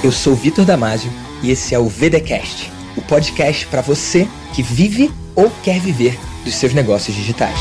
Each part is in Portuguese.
Eu sou o Vitor Damasio e esse é o VDcast, o podcast para você que vive ou quer viver dos seus negócios digitais.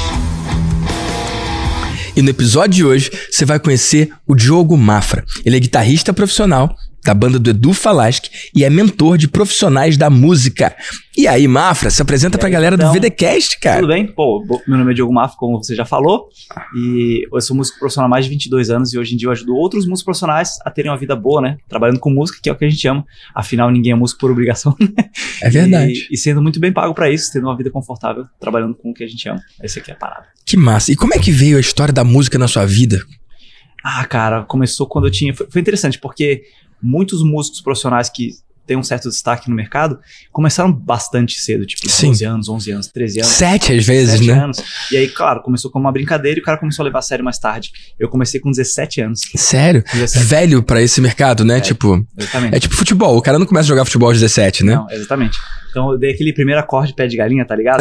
E no episódio de hoje, você vai conhecer o Diogo Mafra. Ele é guitarrista profissional da banda do Edu Falaschi e é mentor de profissionais da música. E aí, Mafra, se apresenta pra galera do VDcast, cara. Tudo bem? Pô, meu nome é Diogo Mafra, como você já falou, e eu sou músico profissional há mais de 22 anos e hoje em dia eu ajudo outros músicos profissionais a terem uma vida boa, né? Trabalhando com música, que é o que a gente ama. Afinal, ninguém é músico por obrigação, né? É verdade. E sendo muito bem pago pra isso, tendo uma vida confortável, trabalhando com o que a gente ama. Essa aqui é a parada. Que massa. E como é que veio a história da música na sua vida? Ah, cara, começou quando eu tinha... Foi interessante, porque muitos músicos profissionais que têm um certo destaque no mercado começaram bastante cedo, tipo 12 anos, 11 anos, 13 anos. 7 às vezes, 7 né? anos. E aí, claro, começou como uma brincadeira e o cara começou a levar a sério mais tarde. Eu comecei com 17 anos. Sério? 17. Velho pra esse mercado, né? Tipo, exatamente. É tipo futebol. O cara não começa a jogar futebol aos 17, né? Não, exatamente. Então eu dei aquele primeiro acorde de pé de galinha, tá ligado?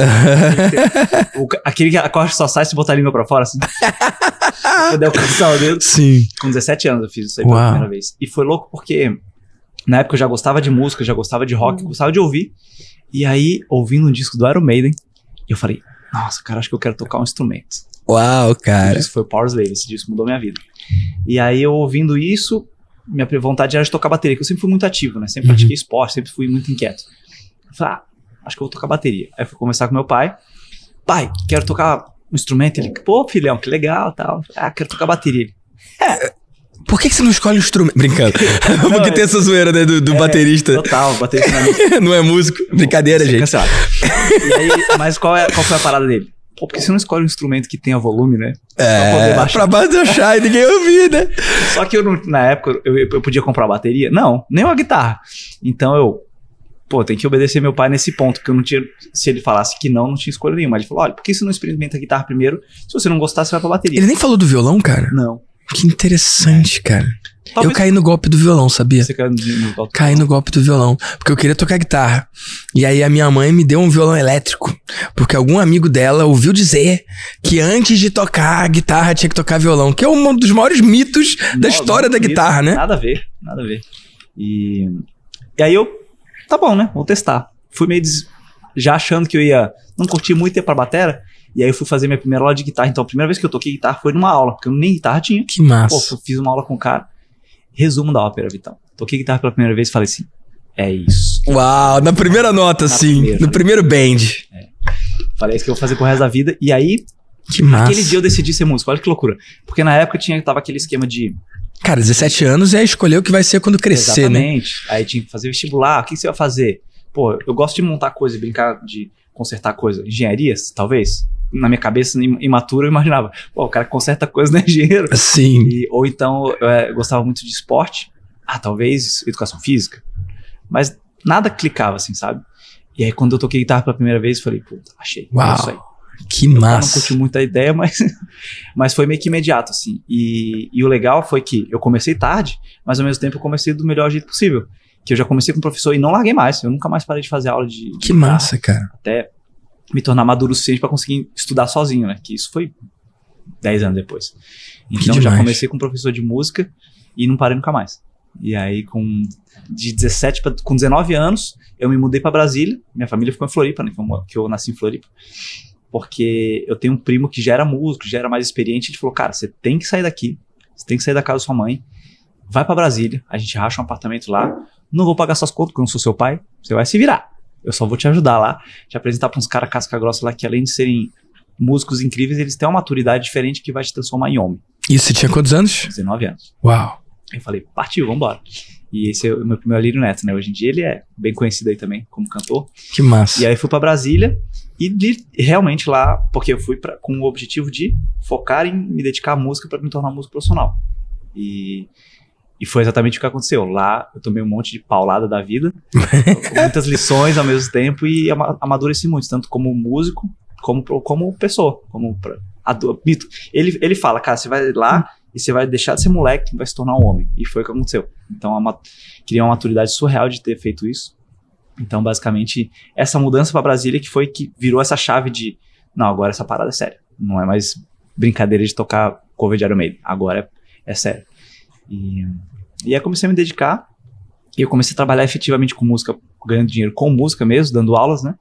Aquele acorde que só sai se botar a língua pra fora, assim. Eu dei o calção ao dedo. Sim. Com 17 anos eu fiz isso aí pela primeira vez. E foi louco porque na época eu já gostava de música, já gostava de rock, gostava de ouvir. E aí, ouvindo um disco do Iron Maiden, eu falei, nossa, cara, acho que eu quero tocar um instrumento. Uau, cara. Isso foi o Power Slave, esse disco mudou minha vida. E aí, eu ouvindo isso, minha vontade era de tocar bateria, que eu sempre fui muito ativo, né? Sempre pratiquei esporte, sempre fui muito inquieto. Eu falei, acho que eu vou tocar bateria. Aí eu fui conversar com meu pai. Pai, quero tocar um instrumento. Ele, pô, filhão, que legal, tal. Quero tocar bateria. Ele, por que você não escolhe um instrumento? Brincando. Porque tem essa zoeira, né, do baterista. Total, baterista não é músico. Não é músico. Brincadeira, gente. Cancelado. E aí, mas qual foi a parada dele? Pô, porque você não escolhe um instrumento que tenha volume, né? Pra baixar e ninguém ouvir, né? Só que na época, eu podia comprar uma bateria? Não, nem uma guitarra. Então tem que obedecer meu pai nesse ponto, porque eu não tinha, se ele falasse que não tinha escolha nenhuma. Ele falou, olha, por que você não experimenta a guitarra primeiro? Se você não gostar, você vai pra bateria. Ele nem falou do violão, cara? Não. Que interessante, cara. Talvez... Eu caí no golpe do violão, sabia? Você caiu no golpe? Caí no golpe do violão. Porque eu queria tocar guitarra. E aí a minha mãe me deu um violão elétrico. Porque algum amigo dela ouviu dizer que antes de tocar guitarra tinha que tocar violão. Que é um dos maiores mitos da história da guitarra, né? Nada a ver. E aí tá bom, né? Vou testar. Fui meio já achando que eu ia não curtir muito ir pra batera. E aí eu fui fazer minha primeira aula de guitarra. Então a primeira vez que eu toquei guitarra foi numa aula, porque eu nem guitarra tinha. Que massa. Pô, eu fiz uma aula com o cara. Resumo da ópera, Vitão. Toquei guitarra pela primeira vez e falei assim, é isso. Uau, na primeira nota, sim. No primeiro band. Falei, é isso que eu vou fazer pro resto da vida. E aí, que massa. Aquele dia eu decidi ser músico. Olha que loucura. Porque na época tava aquele esquema de... Cara, 17 anos é escolher o que vai ser quando crescer, exatamente. Né? Aí tinha que fazer vestibular. O que você vai fazer? Pô, eu gosto de montar coisa, brincar de consertar coisa. Engenharias, talvez. Na minha cabeça, imatura, eu imaginava. Pô, o cara que conserta coisa não é engenheiro. Sim. Ou então, eu gostava muito de esporte. Talvez educação física. Mas nada clicava, assim, sabe? E aí, quando eu toquei guitarra pela primeira vez, eu falei, puta, achei. Uau, isso aí. Que massa. Eu não curti muito a ideia, mas foi meio que imediato, assim. E o legal foi que eu comecei tarde, mas ao mesmo tempo eu comecei do melhor jeito possível. Que eu já comecei com o professor e não larguei mais. Eu nunca mais parei de fazer aula de que massa, cara. Até me tornar maduro o suficiente pra conseguir estudar sozinho, né? Que isso foi 10 anos depois. Então já comecei com professor de música e não parei nunca mais. E aí com 19 anos eu me mudei pra Brasília. Minha família ficou em Floripa, né? Que eu nasci em Floripa. Porque eu tenho um primo que já era músico, já era mais experiente. Ele falou, cara, você tem que sair daqui. Você tem que sair da casa da sua mãe. Vai pra Brasília. A gente racha um apartamento lá. Não vou pagar suas contas, porque eu não sou seu pai. Você vai se virar. Eu só vou te ajudar lá. Te apresentar pra uns caras casca grossa lá que além de serem músicos incríveis, eles têm uma maturidade diferente que vai te transformar em homem. E você tinha quantos anos? 19 anos. Uau. Aí eu falei, partiu, vambora. E esse é o meu primeiro Lírio Neto, né? Hoje em dia ele é bem conhecido aí também como cantor. Que massa. E aí fui pra Brasília e realmente lá, porque eu fui com o objetivo de focar em me dedicar à música pra me tornar músico profissional. E foi exatamente o que aconteceu. Lá eu tomei um monte de paulada da vida, muitas lições ao mesmo tempo e amadureci muito, tanto como músico, como pessoa, mito. Ele fala, cara, você vai lá e você vai deixar de ser moleque e vai se tornar um homem. E foi o que aconteceu. Então, criei uma maturidade surreal de ter feito isso. Então, basicamente, essa mudança pra Brasília que foi que virou essa chave de, não, agora essa parada é séria. Não é mais brincadeira de tocar cover de Iron Maiden. Agora é sério. E aí comecei a me dedicar E eu comecei a trabalhar efetivamente com música, ganhando dinheiro com música mesmo, dando aulas, né?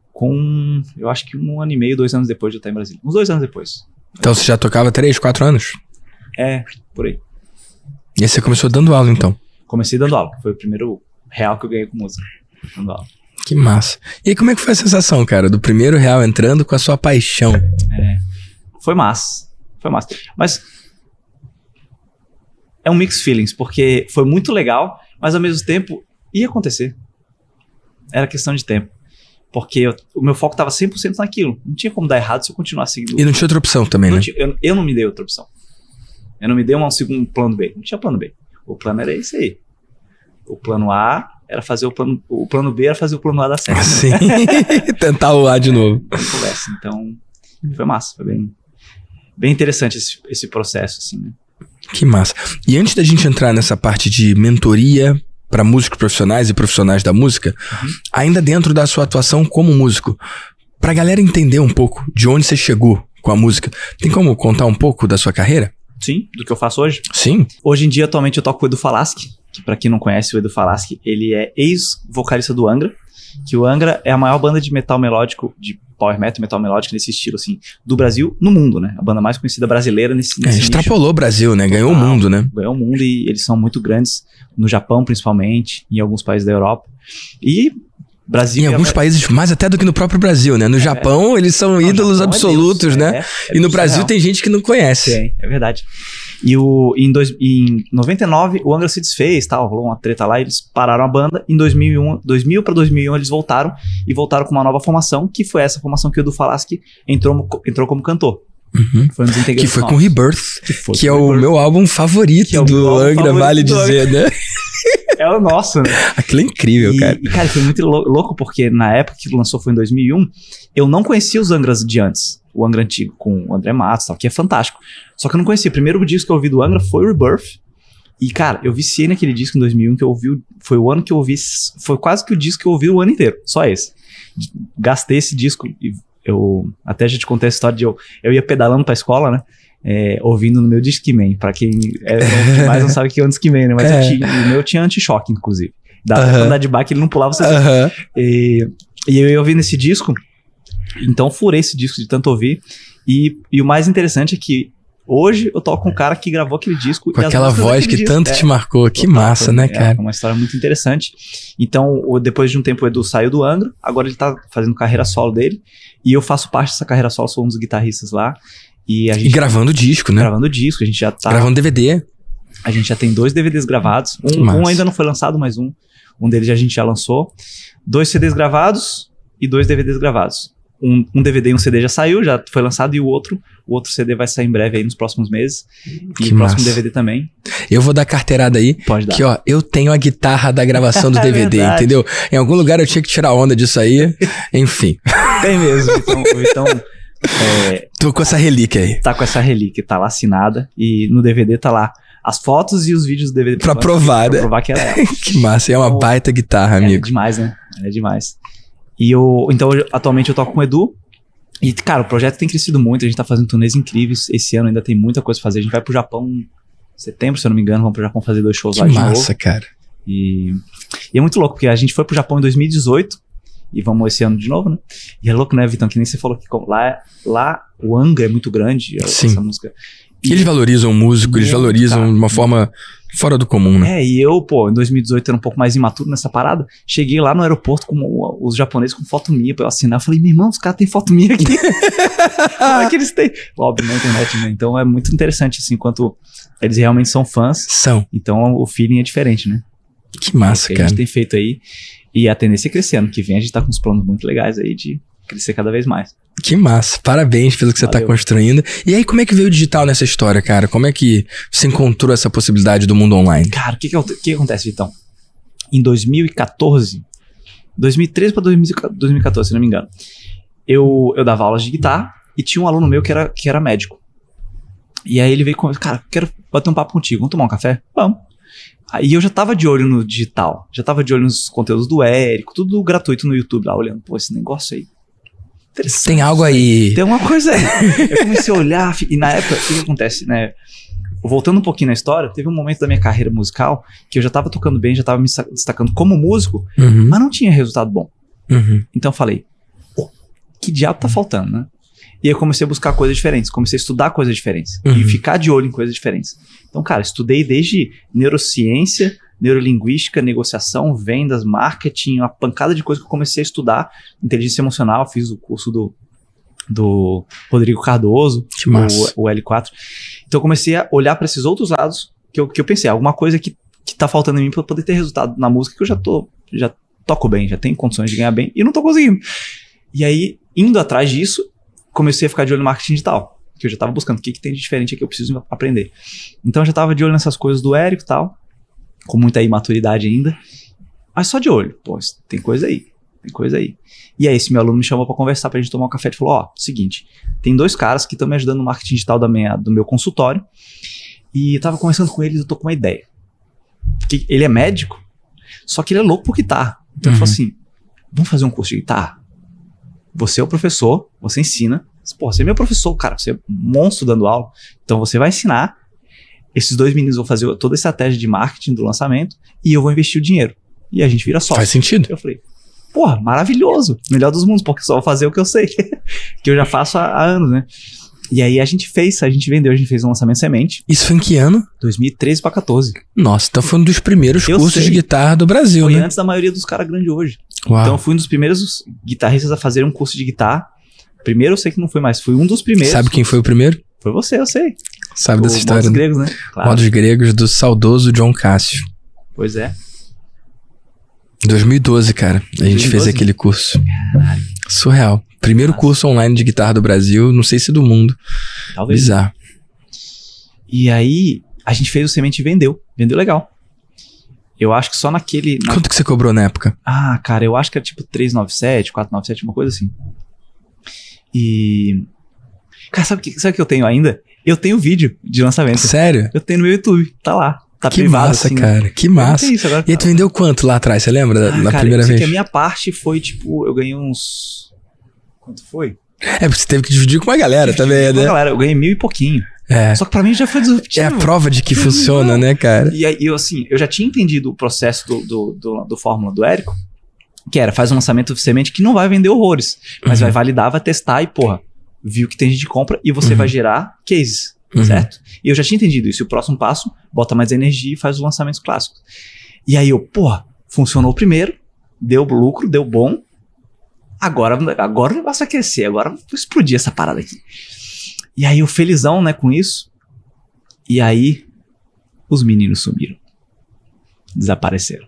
Eu acho que 1 ano e meio, 2 anos depois de eu estar em Brasília. Uns 2 anos depois. Então você já tocava 3, 4 anos? Por aí. E aí você começou dando aula, então? Comecei dando aula. Foi o primeiro real que eu ganhei com música. Dando aula. Que massa. E aí como é que foi a sensação, cara? Do primeiro real entrando com a sua paixão? Foi massa. Mas é um mixed feelings, porque foi muito legal, mas ao mesmo tempo ia acontecer. Era questão de tempo. Porque o meu foco estava 100% naquilo. Não tinha como dar errado se eu continuasse seguindo. E não tinha outra opção também, né? Eu não me dei outra opção. Eu não me dei um segundo plano B. Não tinha plano B. O plano era esse aí. O plano A era fazer o plano B era fazer o plano A dar certo. Sim. Tentar o A de novo. Conversa. Então, foi massa. Foi bem interessante esse processo, assim, né? Que massa. E antes da gente entrar nessa parte de mentoria para músicos profissionais e profissionais da música, ainda dentro da sua atuação como músico, pra galera entender um pouco de onde você chegou com a música, tem como contar um pouco da sua carreira? Sim, do que eu faço hoje. Sim. Hoje em dia, atualmente, eu toco com o Edu Falaschi, que pra quem não conhece o Edu Falaschi, ele é ex-vocalista do Angra, que o Angra é a maior banda de metal melódico, de power metal melódico nesse estilo, assim, do Brasil no mundo, né? A banda mais conhecida brasileira nesse extrapolou o Brasil, né? Ganhou o mundo, né? Ganhou o mundo e eles são muito grandes no Japão, principalmente, em alguns países da Europa. E Brasil... Em alguns países, mais até do que no próprio Brasil, né? No Japão, eles são ídolos absolutos, né? E no Brasil tem gente que não conhece. Sim, é verdade. E em 99, o Angra se desfez, tal, rolou uma treta lá, eles pararam a banda. Em 2000 para 2001, eles voltaram com uma nova formação, que foi essa formação que o Edu Falaschi entrou como cantor. Foi um dos integrantes. Que foi com Rebirth, que é o meu álbum favorito do Angra, vale dizer, né? É o nosso, né? Aquilo é incrível, cara. E, cara, foi muito louco, porque na época que lançou, foi em 2001, eu não conhecia os Angras de antes. O Angra antigo, com o André Matos, tal, que é fantástico. Só que eu não conhecia. O primeiro disco que eu ouvi do Angra foi o Rebirth. E, cara, eu viciei naquele disco em 2001, que eu ouvi, foi o ano que eu ouvi, foi quase que o disco que eu ouvi o ano inteiro, só esse. Gastei esse disco, e eu até já te contei a história de eu ia pedalando pra escola, né? Ouvindo no meu Discman, pra quem mais não sabe o que é um Discman, né? Mas o meu tinha anti-choque, inclusive. Dava pra andar de bike, ele não pulava, você e eu ia ouvindo esse disco, então furei esse disco de tanto ouvir, e o mais interessante é que hoje eu toco com um cara que gravou aquele disco. Com aquela voz que tanto te marcou. Que massa, né, cara? É uma história muito interessante. Então, depois de um tempo, o Edu saiu do Angra. Agora ele tá fazendo carreira solo dele. E eu faço parte dessa carreira solo, sou um dos guitarristas lá. E gravando disco, né? Gravando disco. A gente já tá... Gravando DVD. A gente já tem 2 DVDs gravados. Um ainda não foi lançado, mas um deles a gente já lançou. 2 CDs gravados e 2 DVDs gravados. Um DVD e um CD já saiu, já foi lançado, e o outro CD vai sair em breve aí nos próximos meses. E o próximo DVD também. Eu vou dar carteirada aí. Pode dar. Que, ó, eu tenho a guitarra da gravação do DVD, entendeu? Em algum lugar eu tinha que tirar onda disso aí. Enfim. Tem mesmo. Então tô com essa relíquia aí. Tá com essa relíquia, tá lá assinada. E no DVD tá lá as fotos e os vídeos do DVD. Pra provar, né? Pra provar que era ela. Que massa. É uma baita guitarra, amigo. É demais, né? É demais. Então, atualmente eu toco com o Edu. E, cara, o projeto tem crescido muito. A gente tá fazendo turnês incríveis. Esse ano ainda tem muita coisa pra fazer. A gente vai pro Japão em setembro, se eu não me engano. Vamos pro Japão fazer 2 shows lá de novo. Que massa, cara. E é muito louco, porque a gente foi pro Japão em 2018. E vamos esse ano de novo, né? E é louco, né, Vitão? Que nem você falou que lá o Angra é muito grande. Sim. Essa música. E eles valorizam o músico, eles valorizam de uma forma fora do comum, né? E eu, em 2018 era um pouco mais imaturo nessa parada. Cheguei lá no aeroporto com os japoneses com foto minha pra eu assinar. Eu falei, meu irmão, os caras têm foto minha aqui. Como é que eles têm? Óbvio, na internet, né? Então é muito interessante, assim, quanto eles realmente são fãs. São. Então o feeling é diferente, né? Que massa, cara. A gente tem feito aí. E a tendência é crescer. Ano que vem a gente tá com uns planos muito legais aí de crescer cada vez mais. Que massa. Parabéns pelo que você tá construindo. E aí, como é que veio o digital nessa história, cara? Como é que você encontrou essa possibilidade do mundo online? Cara, o que acontece, Vitão? Em 2013 para 2014, se não me engano, eu dava aulas de guitarra e tinha um aluno meu que era médico. E aí ele veio com, cara, quero bater um papo contigo, vamos tomar um café? Vamos. Aí eu já tava de olho no digital, já tava de olho nos conteúdos do Érico, tudo gratuito no YouTube lá, olhando, esse negócio aí. Tem algo aí. Tem uma coisa aí. Eu comecei a olhar, e na época, o que acontece, né? voltando um pouquinho na história, teve um momento da minha carreira musical que eu já tava tocando bem, já tava me destacando como músico, mas não tinha resultado bom. Então eu falei, que diabo tá faltando, né? E aí eu comecei a buscar coisas diferentes, comecei a estudar coisas diferentes e ficar de olho em coisas diferentes. Então, cara, estudei desde neurociência, neurolinguística, negociação, vendas, marketing, uma pancada de coisas que eu comecei a estudar. Inteligência emocional, fiz o curso do Rodrigo Cardoso, o L4. Então eu comecei a olhar para esses outros lados que eu pensei, alguma coisa que tá faltando em mim para eu poder ter resultado na música, que eu já toco bem, já tenho condições de ganhar bem e não tô conseguindo. E aí, indo atrás disso, comecei a ficar de olho no marketing digital, que eu já tava buscando o que tem de diferente aqui que eu preciso aprender. Então eu já tava de olho nessas coisas do Érico e tal, com muita imaturidade ainda, mas só de olho. Pô, tem coisa aí. E aí esse meu aluno me chamou pra conversar, pra gente tomar um café. Ele falou, seguinte, tem 2 caras que estão me ajudando no marketing digital do meu consultório, e eu tava conversando com eles, eu tô com uma ideia. Porque ele é médico, só que ele é louco por guitarra. Então ele falou assim, vamos fazer um curso de guitarra? Você é o professor, você ensina. Pô, você é meu professor, cara, você é um monstro dando aula. Então você vai ensinar. Esses 2 meninos vão fazer toda a estratégia de marketing do lançamento e eu vou investir o dinheiro. E a gente vira sócio. Faz sentido. Eu falei, porra, maravilhoso. Melhor dos mundos, porque só vou fazer o que eu sei. Que eu já faço há anos, né? E aí a gente vendeu, a gente fez um lançamento semente. Isso foi em que ano? 2013 pra 14. Nossa, então foi um dos primeiros cursos de guitarra do Brasil, foi né? Antes da maioria dos caras grandes hoje. Uau. Então eu fui um dos primeiros guitarristas a fazer um curso de guitarra. Primeiro eu sei que não foi mais, fui um dos primeiros. Sabe quem foi o primeiro? Foi você, eu sei. Sabe dessa história? Modos Gregos, né? Claro. Modos Gregos do saudoso John Cássio. Pois é. 2012, cara. A gente 2012? fez aquele curso. Caralho. Surreal. Primeiro curso online de guitarra do Brasil, não sei se do mundo. Talvez. Bizarro. E aí, a gente fez o semente e vendeu. Vendeu legal. Eu acho que só naquele... Quanto que você cobrou na época? Ah, cara, eu acho que era tipo 397, 497, uma coisa assim. E... Cara, sabe o que eu tenho ainda? Eu tenho vídeo de lançamento. Sério? Eu tenho no meu YouTube, tá lá. Tá que privado, massa, assim, cara. Né? Que massa. Isso, agora, e aí tu vendeu quanto lá atrás? Você lembra na cara, primeira vez? Que a minha parte foi tipo, eu ganhei uns... Quanto foi? É, porque você teve que dividir com uma galera também, né? Galera, eu ganhei 1.000 e pouquinho. É. Só que pra mim já foi disruptivo. É a prova de que funciona, né, cara? E aí, eu já tinha entendido o processo do Fórmula do Érico, que era, faz um lançamento de semente que não vai vender horrores, mas vai validar, vai testar e, porra, viu que tem gente que compra e você vai gerar cases, certo? E eu já tinha entendido isso. E o próximo passo, bota mais energia e faz os lançamentos clássicos. E aí eu, porra, funcionou o primeiro, deu lucro, deu bom, agora o negócio vai crescer, agora vou explodir essa parada aqui. E aí eu felizão, né, com isso. E aí os meninos sumiram. Desapareceram.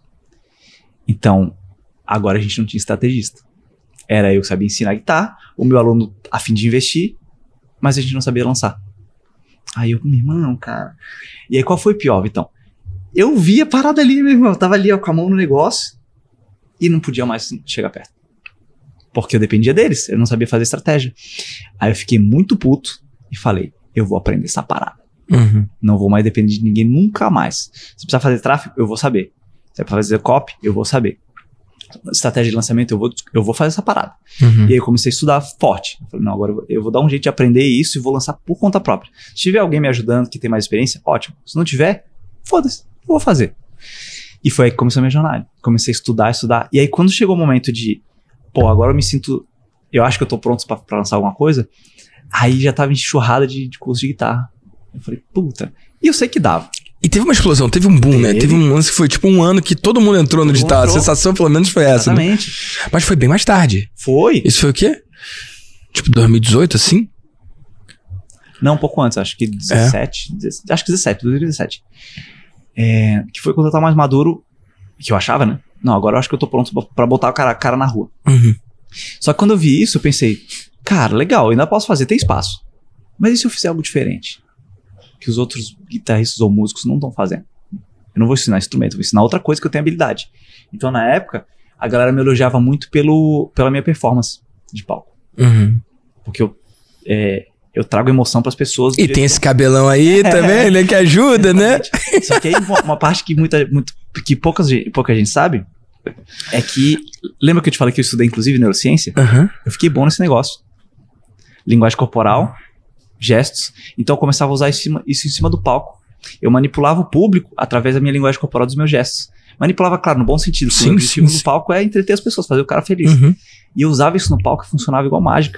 Então, agora a gente não tinha estrategista. Era eu que sabia ensinar guitarra, o meu aluno a fim de investir, mas a gente não sabia lançar. Aí eu, meu irmão, cara. E aí qual foi o pior, Vitão? Eu vi a parada ali, meu irmão. Eu tava ali ó, com a mão no negócio e não podia mais chegar perto. Porque eu dependia deles, eu não sabia fazer estratégia. Aí eu fiquei muito puto e falei, eu vou aprender essa parada. Não vou mais depender de ninguém nunca mais. Se precisar fazer tráfego, eu vou saber. Se é pra fazer copy, eu vou saber. Estratégia de lançamento, eu vou fazer essa parada. E aí eu comecei a estudar forte. Eu falei, não, agora eu vou dar um jeito de aprender isso e vou lançar por conta própria. Se tiver alguém me ajudando que tem mais experiência, ótimo. Se não tiver, foda-se, eu vou fazer. E foi aí que começou a minha jornada. Comecei a estudar. E aí quando chegou o momento de, pô, agora eu me sinto, eu acho que eu tô pronto pra lançar alguma coisa, aí já tava enxurrada de curso de guitarra. Eu falei, puta. E eu sei que dava. E teve uma explosão, teve um boom, né? Teve um lance que foi tipo um ano que todo mundo entrou no digital. A sensação, pelo menos, foi essa. Exatamente. Né? Mas foi bem mais tarde. Foi. Isso foi o quê? Tipo 2018, assim? Não, um pouco antes, acho que 17. Acho que 2017. Que foi quando eu tava mais maduro, que eu achava, né? Não, agora eu acho que eu tô pronto pra botar o cara na rua. Só que quando eu vi isso, eu pensei, cara, legal, eu ainda posso fazer, tem espaço. Mas e se eu fizer algo diferente? Que os outros guitarristas ou músicos não estão fazendo. Eu não vou ensinar instrumento, eu vou ensinar outra coisa que eu tenho habilidade. Então, na época, a galera me elogiava muito pela minha performance de palco. Porque eu trago emoção pras pessoas. E tem esse cabelão aí também, né? Que ajuda, né? Só que aí, uma parte que pouca gente sabe, é que... Lembra que eu te falei que eu estudei, inclusive, neurociência? Eu fiquei bom nesse negócio. Linguagem corporal... gestos. Então eu começava a usar isso em cima do palco. Eu manipulava o público através da minha linguagem corporal, dos meus gestos. Manipulava, claro, no bom sentido. O objetivo do palco é entreter as pessoas, fazer o cara feliz. E eu usava isso no palco e funcionava igual mágica.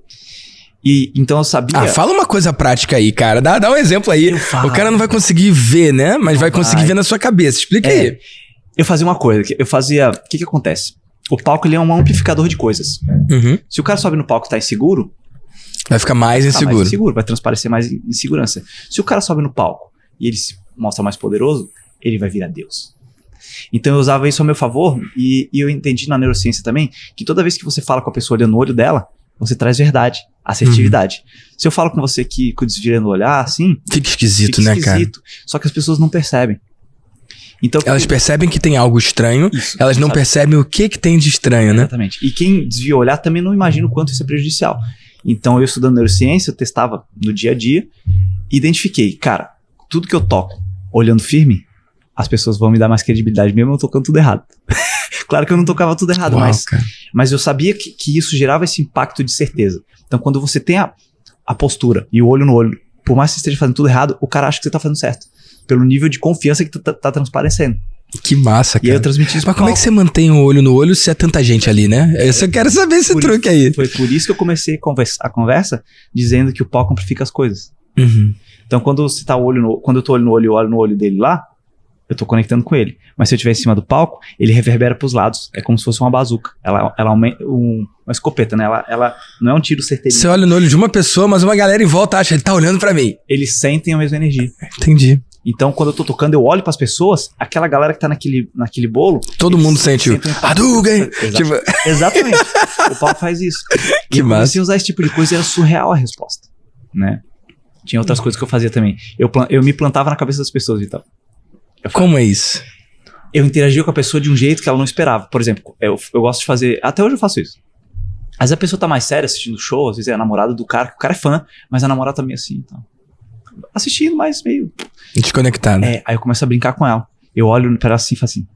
E então eu sabia... fala uma coisa prática aí, cara. Dá um exemplo aí. O cara não vai conseguir ver, né? Mas vai conseguir ver na sua cabeça. Explica aí. Eu fazia uma coisa. O que acontece? O palco, ele é um amplificador de coisas. Se o cara sobe no palco e tá inseguro... Vai ficar mais inseguro. Vai transparecer mais insegurança. Se o cara sobe no palco e ele se mostra mais poderoso, ele vai virar Deus. Então eu usava isso ao meu favor e eu entendi na neurociência também que toda vez que você fala com a pessoa olhando no olho dela, você traz verdade, assertividade. Se eu falo com você que com o desvio no olhar, assim... Fica esquisito, né, cara? Só que as pessoas não percebem. Então, elas percebem que tem algo estranho, elas não percebem o que tem de estranho, né? Exatamente. E quem desvia o olhar também não imagina o quanto isso é prejudicial. Então eu estudando neurociência, eu testava no dia a dia e identifiquei, cara, tudo que eu toco olhando firme, as pessoas vão me dar mais credibilidade, mesmo eu tocando tudo errado. Claro que eu não tocava tudo errado, mas eu sabia que isso gerava esse impacto de certeza. Então quando você tem a postura e o olho no olho, por mais que você esteja fazendo tudo errado, o cara acha que você tá fazendo certo. Pelo nível de confiança que tá transparecendo. Que massa, cara. E aí eu transmiti isso. Mas como é que você mantém o olho no olho se é tanta gente ali, né? Eu só quero saber esse truque aí. Foi por isso que eu comecei a conversa dizendo que o palco amplifica as coisas. Então quando você tá quando eu tô olho no olho e olho no olho dele lá, eu tô conectando com ele. Mas se eu estiver em cima do palco, ele reverbera pros lados. É como se fosse uma bazuca. Ela aumenta uma escopeta, né? Ela não é um tiro certeiro. Você olha no olho de uma pessoa, mas uma galera em volta acha, ele tá olhando pra mim. Eles sentem a mesma energia. Entendi. Então, quando eu tô tocando, eu olho pras pessoas, aquela galera que tá naquele bolo... Todo mundo sente o Hadouken! Exatamente. O palco faz isso. Que eu massa. comecei a usar esse tipo de coisa e era surreal a resposta, né? Tinha outras coisas que eu fazia também. Eu me plantava na cabeça das pessoas e tal. Como é isso? Eu interagia com a pessoa de um jeito que ela não esperava. Por exemplo, eu gosto de fazer... Até hoje eu faço isso. Às vezes a pessoa tá mais séria assistindo o show, às vezes é a namorada do cara, que o cara é fã, mas a namorada tá meio assim, então... Assistindo, mas meio... Desconectado. Aí eu começo a brincar com ela. Eu olho pra ela assim e faço assim.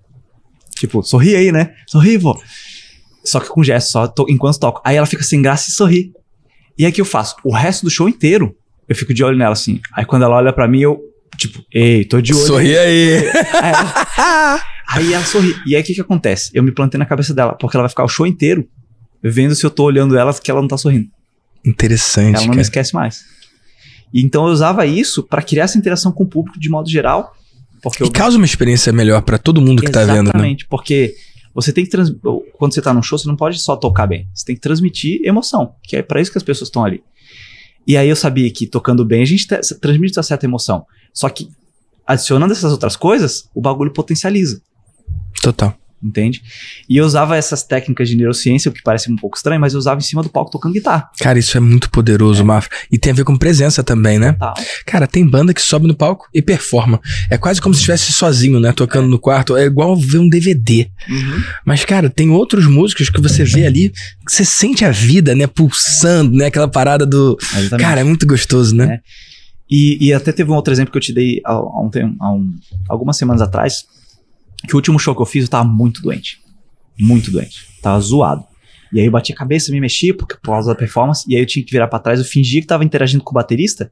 Tipo, sorri aí, né? Sorri, vô. Só que com gesto, enquanto toco. Aí ela fica sem graça e sorri. E aí o que eu faço? O resto do show inteiro, eu fico de olho nela assim. Aí quando ela olha pra mim, eu... Tipo, ei, tô de olho. Sorri aí. Aí ela sorri. E aí o que acontece? Eu me plantei na cabeça dela, porque ela vai ficar o show inteiro vendo se eu tô olhando ela, que ela não tá sorrindo. Interessante, ela não me esquece mais. E então eu usava isso pra criar essa interação com o público de modo geral. Porque causa uma experiência melhor pra todo mundo que tá vendo, né? Exatamente, porque você tem que quando você tá num show, você não pode só tocar bem. Você tem que transmitir emoção, que é pra isso que as pessoas estão ali. E aí eu sabia que tocando bem a gente transmite uma certa emoção. Só que adicionando essas outras coisas, o bagulho potencializa. Total. Entende? E eu usava essas técnicas de neurociência, o que parece um pouco estranho, mas eu usava em cima do palco tocando guitarra. Cara, isso é muito poderoso, Mafra. E tem a ver com presença também, né? Total. Cara, tem banda que sobe no palco e performa. É quase como se estivesse sozinho, né? Tocando no quarto. É igual ver um DVD. Mas, cara, tem outros músicos que você vê ali, que você sente a vida, né? Pulsando, né? Aquela parada do... Exatamente. Cara, é muito gostoso, né? E até teve um outro exemplo que eu te dei algumas semanas atrás, que o último show que eu fiz, eu tava muito doente. Muito doente. Tava zoado. E aí eu bati a cabeça, me mexi por causa da performance, e aí eu tinha que virar pra trás, eu fingia que tava interagindo com o baterista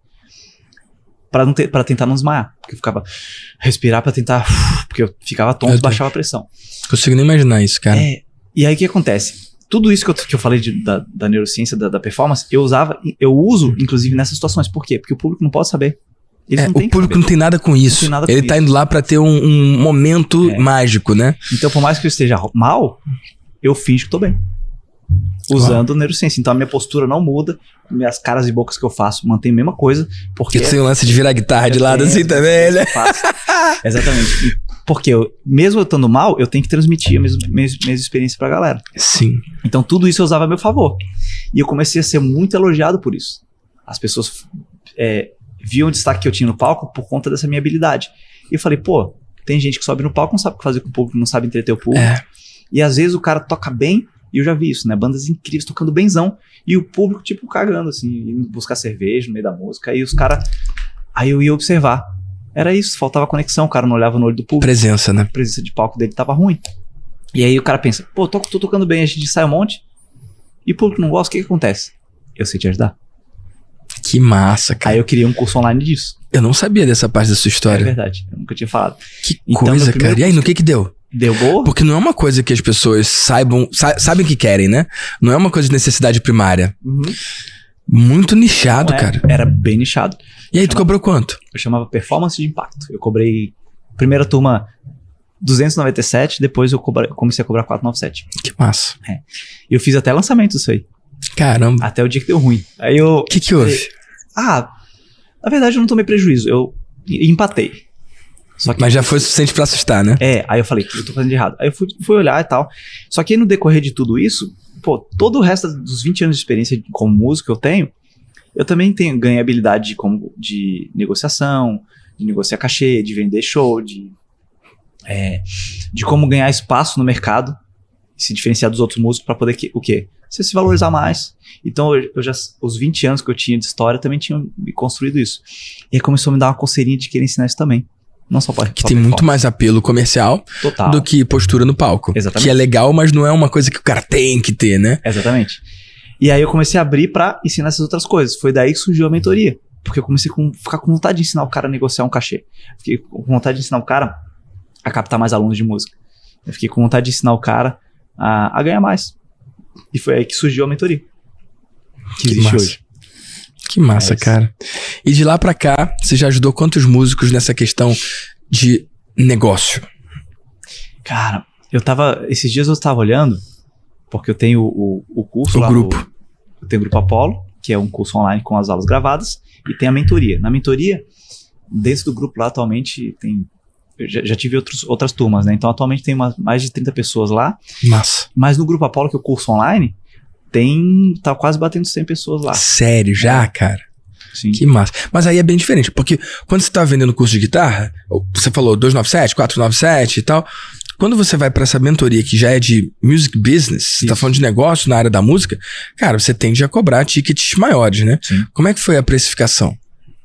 pra tentar não desmaiar. Porque eu ficava... Respirar pra tentar... Porque eu ficava tonto e baixava a pressão. Consigo nem imaginar isso, cara. E aí o que acontece? Tudo isso que eu falei da neurociência, da performance, eu uso, inclusive, nessas situações. Por quê? Porque o público não pode saber. O público não tem nada com isso. Ele tá indo lá pra ter um momento mágico, né? Então, por mais que eu esteja mal, eu finjo que tô bem. Usando neurociência. Então, a minha postura não muda. Minhas caras e bocas que eu faço mantém a mesma coisa. Porque tem o lance de virar a guitarra de lado assim também, né? Exatamente. Porque mesmo eu estando mal, eu tenho que transmitir a mesma experiência pra galera. Sim. Então, tudo isso eu usava a meu favor. E eu comecei a ser muito elogiado por isso. As pessoas... viam o destaque que eu tinha no palco por conta dessa minha habilidade. E eu falei, pô, tem gente que sobe no palco, não sabe o que fazer com o público, não sabe entreter o público. E às vezes o cara toca bem, e eu já vi isso, né? Bandas incríveis tocando benzão, e o público, tipo, cagando, assim, indo buscar cerveja no meio da música, aí os caras... Aí eu ia observar. Era isso, faltava conexão, o cara não olhava no olho do público. Presença, né? A presença de palco dele tava ruim. E aí o cara pensa, pô, tô tocando bem, a gente sai um monte, e o público não gosta, o que acontece? Eu sei te ajudar. Que massa, cara. Aí eu criei um curso online disso. Eu não sabia dessa parte da sua história. É verdade, eu nunca tinha falado. Que Então, coisa, meu primeiro cara. E aí, no que deu? Deu boa? Porque não é uma coisa que as pessoas sabem que querem, né? Não é uma coisa de necessidade primária. Uhum. Muito nichado, Não é, cara. Era bem nichado. E aí, tu cobrou quanto? Eu chamava performance de impacto. Eu cobrei, primeira turma, 297, depois eu comecei a cobrar 497. Que massa. E eu fiz até lançamento disso aí. Caramba. Até o dia que deu ruim. Aí eu... O que houve? Na verdade eu não tomei prejuízo. Eu empatei. Só que, Mas já foi suficiente pra assustar, né? aí eu falei, o que eu tô fazendo de errado? Aí eu fui olhar e tal. Só que aí no decorrer de tudo isso, pô, todo o resto dos 20 anos de experiência como músico que eu também ganhei habilidade de negociação, de negociar cachê, de vender show, de como ganhar espaço no mercado, se diferenciar dos outros músicos pra poder o quê? Você se valorizar mais. Então, os 20 anos que eu tinha de história também tinham me construído isso. E aí começou a me dar uma coceirinha de querer ensinar isso também. Não só para que tem muito mais apelo comercial Total. Do que postura no palco. Exatamente. Que é legal, mas não é uma coisa que o cara tem que ter, né? Exatamente. E aí eu comecei a abrir pra ensinar essas outras coisas. Foi daí que surgiu a mentoria. Porque eu comecei a ficar com vontade de ensinar o cara a negociar um cachê. Fiquei com vontade de ensinar o cara a captar mais alunos de música. Eu fiquei com vontade de ensinar o cara a ganhar mais. E foi aí que surgiu a mentoria. Que existe massa. hoje. Que massa, cara. E de lá pra cá, você já ajudou quantos músicos nessa questão de negócio? Cara, esses dias eu tava olhando, porque eu tenho o curso lá. Grupo. Eu tenho o Grupo Apollo, que é um curso online com as aulas gravadas, e tem a mentoria. Na mentoria, dentro do grupo lá atualmente eu já tive outras turmas, né? Então atualmente tem mais de 30 pessoas lá. Massa. Mas no Grupo Apollo, que é o curso online, tá quase batendo 100 pessoas lá. Sério, já, cara? Sim. Que massa. Mas aí é bem diferente, porque quando você tá vendendo curso de guitarra, você falou 297, 497 e tal, quando você vai pra essa mentoria que já é de music business, você tá falando de negócio na área da música, cara, você tende a cobrar tickets maiores, né? Sim. Como é que foi a precificação?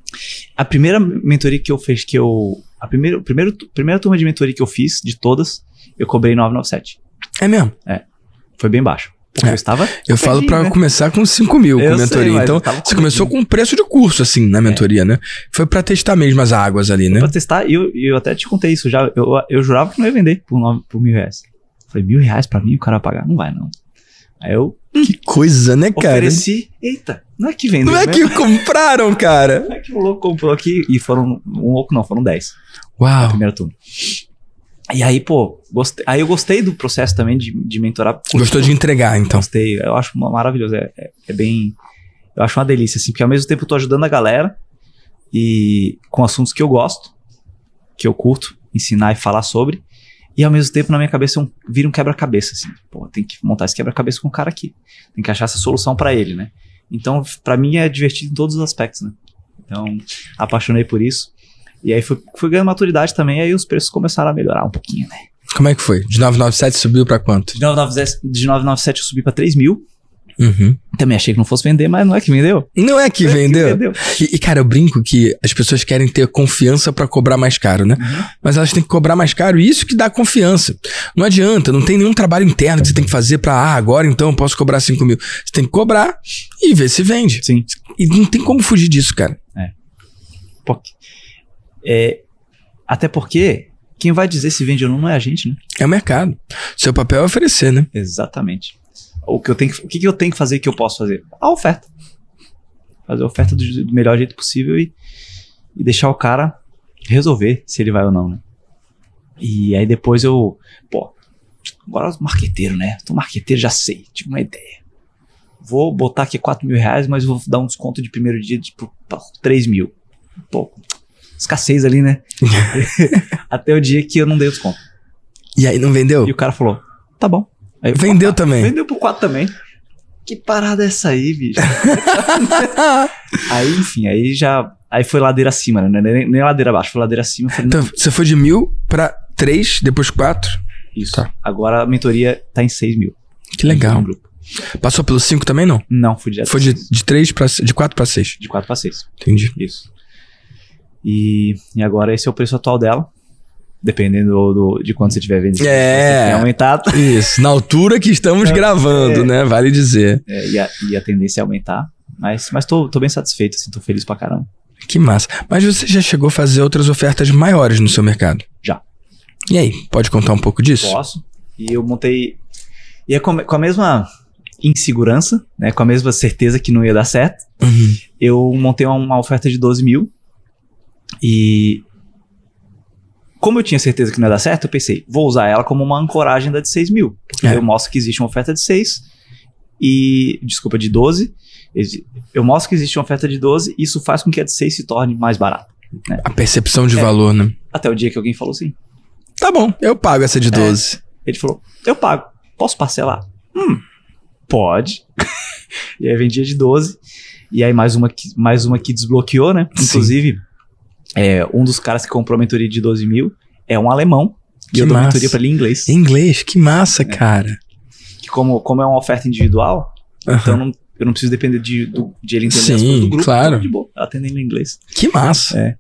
A primeira mentoria que eu fiz, a primeira turma de mentoria que eu fiz, de todas, eu cobrei 997. É mesmo? Foi bem baixo. Porque eu falo pra começar com 5 mil com mentoria. Sei, então, você começou com um preço de curso, assim, na mentoria, né? Foi pra testar mesmo as águas ali, né? Pra testar, e eu até te contei isso já. Eu jurava que não ia vender por R$1.000. Falei, R$1.000 pra mim, o cara vai pagar? Não vai, não. Aí eu... Que coisa, né, cara? Ofereci. Eita, não é que vendeu. Não é que compraram, cara. Não é que o louco comprou aqui e foram... Um louco não, foram 10. Uau. Na primeira turma. E aí, pô, eu gostei do processo também de mentorar. Gostou de entregar, então? Gostei, eu acho maravilhoso. É bem... Eu acho uma delícia, assim, porque ao mesmo tempo eu tô ajudando a galera e com assuntos que eu gosto, que eu curto, ensinar e falar sobre. E ao mesmo tempo, na minha cabeça, vira um quebra-cabeça, assim. Pô, tem que montar esse quebra-cabeça com o cara aqui. Tem que achar essa solução pra ele, né? Então, pra mim, é divertido em todos os aspectos, né? Então, apaixonei por isso. E aí, fui ganhando maturidade também, aí os preços começaram a melhorar um pouquinho, né? Como é que foi? De 997 subiu pra quanto? De 997 eu subi pra 3.000. Uhum. Também achei que não fosse vender, mas não é que vendeu. Não é que vendeu. E, cara, eu brinco que as pessoas querem ter confiança pra cobrar mais caro, né? Uhum. Mas elas têm que cobrar mais caro e isso que dá confiança. Não adianta, não tem nenhum trabalho interno que você tem que fazer pra, agora então eu posso cobrar 5 mil. Você tem que cobrar e ver se vende. Sim. E não tem como fugir disso, cara. Até porque quem vai dizer se vende ou não é a gente, né? É o mercado. Seu papel é oferecer, né? Exatamente. O que eu tenho que fazer que eu posso fazer? A oferta. Fazer a oferta do melhor jeito possível e deixar o cara resolver se ele vai ou não, né? E aí depois agora eu marqueteiro, né? Tô marqueteiro, já sei, tive uma ideia. Vou botar aqui R$4.000, mas vou dar um desconto de primeiro dia de 3 mil. Pô, escassez ali, né? Até o dia que eu não dei o desconto. E aí não vendeu? E o cara falou, tá bom. Aí vendeu também. Vendeu por 4 também. Que parada é essa aí, bicho? Aí, enfim, aí foi ladeira acima, né? Nem ladeira abaixo, foi ladeira acima. Falei, então, você foi de 1.000 pra 3, depois 4? Isso. Tá. Agora a mentoria tá em 6 mil. Que legal. Passou pelo 5 também, não? Não, fui direto. Foi de 4 pra 6. De 4 pra 6. Entendi. Isso. E agora esse é o preço atual dela. Dependendo de quanto você tiver vendendo. Você tem aumentado. Isso, na altura que estamos gravando, né? Vale dizer. E a tendência é aumentar. Mas tô bem satisfeito, assim, tô feliz pra caramba. Que massa. Mas você já chegou a fazer outras ofertas maiores no seu mercado? Já. E aí, pode contar um pouco disso? Posso. E eu montei... E é com a mesma insegurança, né? Com a mesma certeza que não ia dar certo. Uhum. Eu montei uma oferta de 12 mil. E... como eu tinha certeza que não ia dar certo, eu pensei, vou usar ela como uma ancoragem da de 6 mil. Porque eu mostro que existe uma oferta de 6 e... desculpa, de 12. Eu mostro que existe uma oferta de 12 e isso faz com que a de 6 se torne mais barata. Né? A percepção de valor, né? Até o dia que alguém falou assim. Tá bom, eu pago essa de 12. Ele falou, eu pago. Posso parcelar? Pode. E aí vendia de 12. E aí mais uma que desbloqueou, né? Sim. Inclusive, um dos caras que comprou a mentoria de 12 mil é um alemão. Que E eu dou massa. mentoria pra ele em inglês. Em inglês, que massa, cara. Que como é uma oferta individual, então eu não preciso depender de ele entender as coisas do grupo. Claro. Então, de boa, atendendo em inglês. Que massa.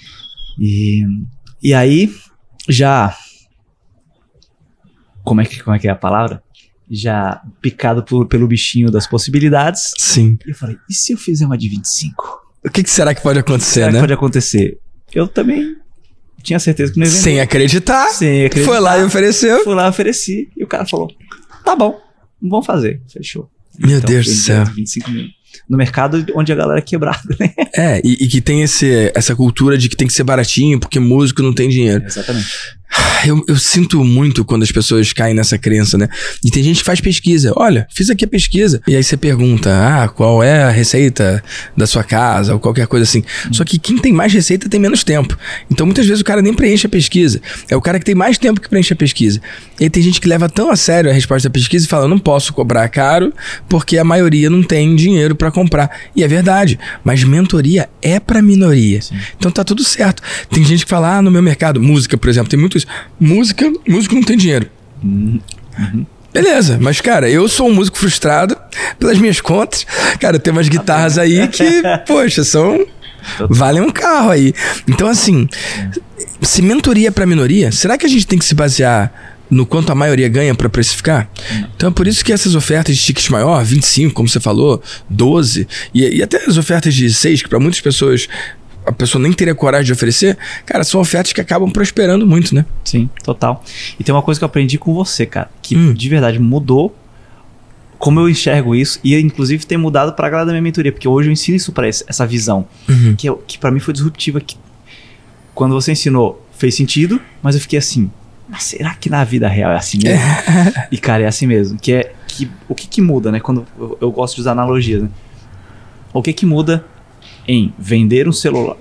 E aí, já... Como é que é a palavra? Já picado pelo bichinho das possibilidades. Sim. E eu falei, e se eu fizer uma de 25? O que será que pode acontecer, Será né? que pode acontecer? Eu também tinha certeza que não ia vender. Sem acreditar. Sem acreditar. Foi lá e ofereceu. Fui lá, ofereci. E o cara falou, tá bom, vamos fazer. Fechou. Meu Então, Deus do céu. 25 mil. No mercado onde a galera é quebrada, né? E que tem essa cultura de que tem que ser baratinho porque músico não tem dinheiro. Exatamente. Eu sinto muito quando as pessoas caem nessa crença, né? E tem gente que faz pesquisa. Olha, fiz aqui a pesquisa. E aí você pergunta, qual é a receita da sua casa? Ou qualquer coisa assim. Só que quem tem mais receita tem menos tempo. Então muitas vezes o cara nem preenche a pesquisa. É o cara que tem mais tempo que preenche a pesquisa. E aí tem gente que leva tão a sério a resposta da pesquisa e fala, não posso cobrar caro porque a maioria não tem dinheiro pra comprar. E é verdade. Mas mentoria é pra minoria. Sim. Então tá tudo certo. Tem gente que fala, no meu mercado, música, por exemplo, tem muito isso. Músico não tem dinheiro. Beleza, mas cara, eu sou um músico frustrado pelas minhas contas. Cara, tem umas guitarras aí que, poxa, valem um carro aí. Então assim, se mentoria é pra minoria, será que a gente tem que se basear no quanto a maioria ganha pra precificar? Então é por isso que essas ofertas de tickets maior, 25, como você falou, 12, e até as ofertas de 6, que pra muitas pessoas a pessoa nem teria coragem de oferecer, cara, são ofertas que acabam prosperando muito, né? Sim, total. E tem uma coisa que eu aprendi com você, cara, que de verdade mudou como eu enxergo isso, e inclusive tem mudado pra galera da minha mentoria, porque hoje eu ensino isso pra essa visão, que pra mim foi disruptiva, que quando você ensinou, fez sentido, mas eu fiquei assim, mas será que na vida real é assim mesmo? E cara, é assim mesmo, o que muda, né, quando eu gosto de usar analogias, né? O que muda em vender um celular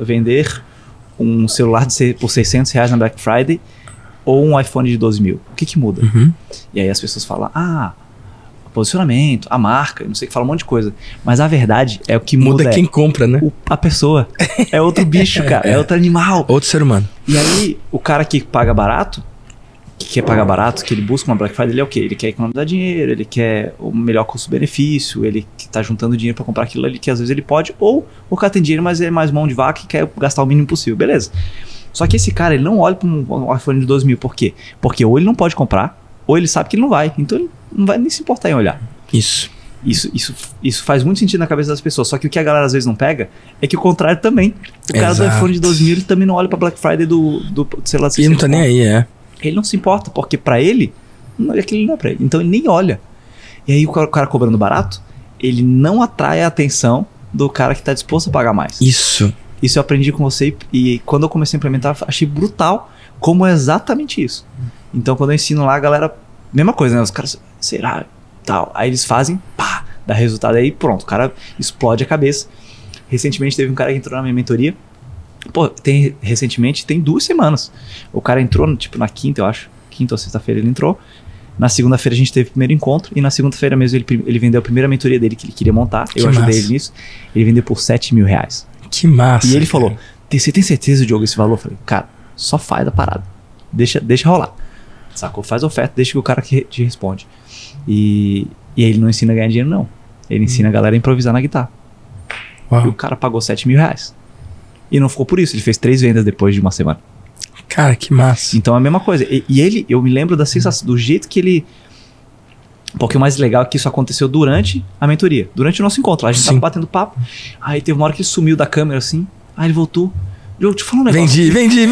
por R$600 na Black Friday ou um iPhone de 12 mil? O que muda? E aí as pessoas falam, posicionamento, a marca, não sei o que, fala um monte de coisa. Mas a verdade é o que muda quem compra, né? A pessoa. É outro bicho, cara. É outro animal. Outro ser humano. E aí, o cara que paga barato, que quer pagar barato, que ele busca uma Black Friday, ele é o quê? Ele quer economizar dinheiro, ele quer o melhor custo-benefício, ele que tá juntando dinheiro pra comprar aquilo ali que às vezes ele pode, ou o cara tem dinheiro, mas é mais mão de vaca e quer gastar o mínimo possível, beleza. Só que esse cara, ele não olha pra um iPhone de 12 mil, por quê? Porque ou ele não pode comprar, ou ele sabe que ele não vai, então ele não vai nem se importar em olhar. Isso faz muito sentido na cabeça das pessoas, só que o que a galera às vezes não pega é que o contrário também. O cara do iPhone de 12 mil, ele também não olha pra Black Friday do celular de 600. E não tá nem aí, Ele não se importa, porque pra ele, aquilo não é pra ele. Então ele nem olha. E aí o cara cobrando barato, ele não atrai a atenção do cara que tá disposto a pagar mais. Isso eu aprendi com você e quando eu comecei a implementar, achei brutal como é exatamente isso. Então quando eu ensino lá, a galera, mesma coisa, né? Os caras, será? Tal. Aí eles fazem, dá resultado aí, pronto, o cara explode a cabeça. Recentemente teve um cara que entrou na minha mentoria. Recentemente, tem 2 semanas. O cara entrou, tipo, na quinta, eu acho. Quinta ou sexta-feira ele entrou. Na segunda-feira a gente teve o primeiro encontro. E na segunda-feira mesmo ele vendeu a primeira mentoria dele que ele queria montar. Eu ajudei ele nisso. Ele vendeu por R$7 mil. Que massa. E ele falou, você tem certeza, Diogo, esse valor? Eu falei, cara, só faz a parada. Deixa rolar. Sacou? Faz a oferta, deixa que o cara que te responde. E ele não ensina a ganhar dinheiro, não. Ele ensina a galera a improvisar na guitarra. Uau. E o cara pagou R$7 mil. E não ficou por isso, ele fez 3 vendas depois de uma semana. Cara, que massa. Então é a mesma coisa. E ele, eu me lembro da sensação, do jeito que ele Porque o mais legal é que isso aconteceu durante a mentoria. Durante o nosso encontro. A gente tava batendo papo. Aí teve uma hora que ele sumiu da câmera assim. Aí ele voltou. Eu te falo um negócio. Vendi,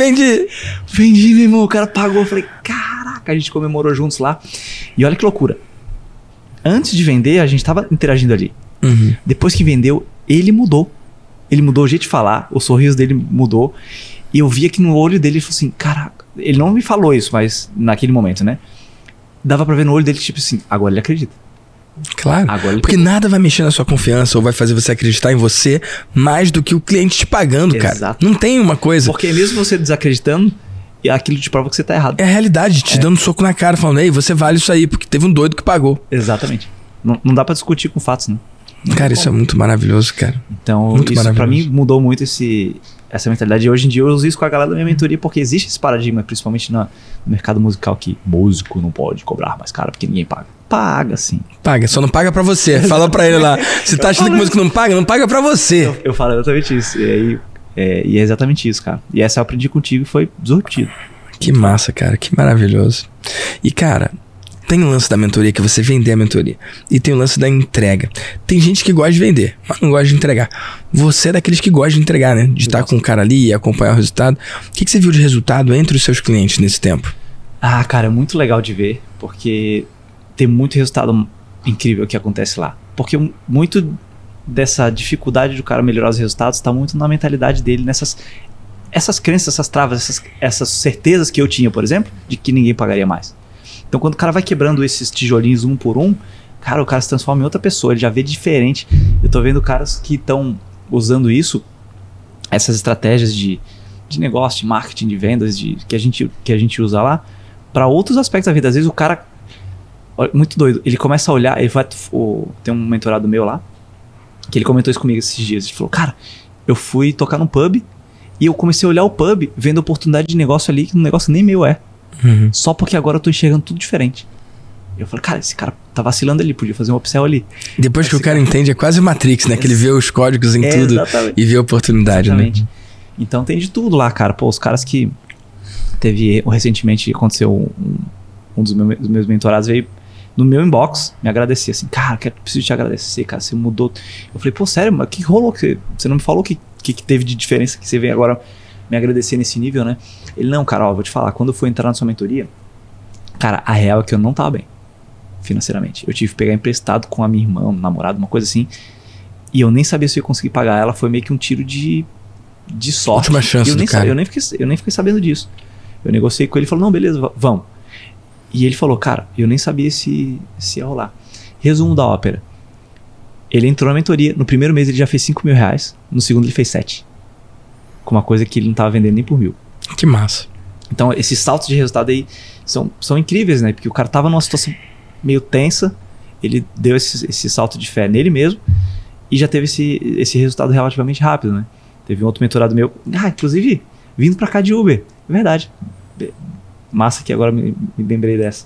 meu irmão. O cara pagou. Eu falei, caraca, a gente comemorou juntos lá. E olha que loucura. Antes de vender, a gente tava interagindo ali. Uhum. Depois que vendeu, ele mudou. Ele mudou o jeito de falar. O sorriso dele mudou. E eu via que no olho dele, ele falou assim, caraca. Ele não me falou isso, mas naquele momento, né? Dava pra ver no olho dele, tipo assim, agora ele acredita. Claro, porque nada vai mexer na sua confiança ou vai fazer você acreditar em você mais do que o cliente te pagando, Exato. cara. Não tem uma coisa. Porque mesmo você desacreditando, aquilo te prova que você tá errado. É a realidade, te dando soco na cara, falando, ei, você vale isso aí, porque teve um doido que pagou. Exatamente. Não dá pra discutir com fatos, né? Cara, isso é muito maravilhoso, cara. Então, muito isso pra mim mudou muito essa mentalidade. E hoje em dia eu uso isso com a galera da minha mentoria, porque existe esse paradigma, principalmente no mercado musical, que músico não pode cobrar mais caro porque ninguém paga. Paga, sim. Paga, só não paga pra você. Fala pra ele lá. Se tá achando que músico não paga pra você. Eu falo exatamente isso. E é exatamente isso, cara. E essa eu aprendi contigo e foi disruptivo. Que massa, cara. Que maravilhoso. E, cara, tem o lance da mentoria, que é você vender a mentoria. E tem o lance da entrega. Tem gente que gosta de vender, mas não gosta de entregar. Você é daqueles que gosta de entregar, né? De estar com o cara ali e acompanhar o resultado. O que você viu de resultado entre os seus clientes nesse tempo? Ah, cara, é muito legal de ver, porque tem muito resultado incrível que acontece lá. Porque muito dessa dificuldade do cara melhorar os resultados está muito na mentalidade dele, essas crenças, essas travas, essas certezas que eu tinha, por exemplo, de que ninguém pagaria mais. Então, quando o cara vai quebrando esses tijolinhos um por um, cara, o cara se transforma em outra pessoa, ele já vê diferente. Eu tô vendo caras que estão usando isso, essas estratégias de negócio, de marketing, de vendas, que a gente usa lá, para outros aspectos da vida. Às vezes o cara, muito doido, ele começa a olhar, tem um mentorado meu lá, que ele comentou isso comigo esses dias. Ele falou, cara, eu fui tocar num pub e eu comecei a olhar o pub, vendo oportunidade de negócio ali, que um negócio nem meu é. Uhum. Só porque agora eu tô enxergando tudo diferente. Eu falei, cara, esse cara tá vacilando ali, podia fazer um upsell ali. Depois que o cara entende, é quase Matrix, né? Que ele vê os códigos em tudo e vê a oportunidade, exatamente, né? Então tem de tudo lá, cara. Pô, os caras que recentemente aconteceu um dos meus mentorados veio no meu inbox me agradecer, assim, cara, preciso te agradecer, cara, você mudou. Eu falei, pô, sério, mas o que rolou? Você não me falou o que teve de diferença que você veio agora me agradecer nesse nível, né? Ele, não, cara, ó, vou te falar, quando eu fui entrar na sua mentoria, cara, a real é que eu não tava bem financeiramente. Eu tive que pegar emprestado com a minha irmã, um namorado, uma coisa assim, e eu nem sabia se eu ia conseguir pagar ela. Foi meio que um tiro de sorte. Última chance do cara. Eu nem fiquei sabendo disso. Eu negociei com ele e falou, não, beleza, vamos. E ele falou, cara, eu nem sabia se ia rolar. Resumo da ópera. Ele entrou na mentoria, no primeiro mês ele já fez 5 mil reais, no segundo ele fez 7. Com uma coisa que ele não tava vendendo nem por 1.000. Que massa. Então esses saltos de resultado aí são incríveis, né? Porque o cara tava numa situação meio tensa, ele deu esse salto de fé nele mesmo e já teve esse resultado relativamente rápido, né? Teve um outro mentorado meu, inclusive, vindo pra cá de Uber. É verdade. Massa que agora me lembrei dessa.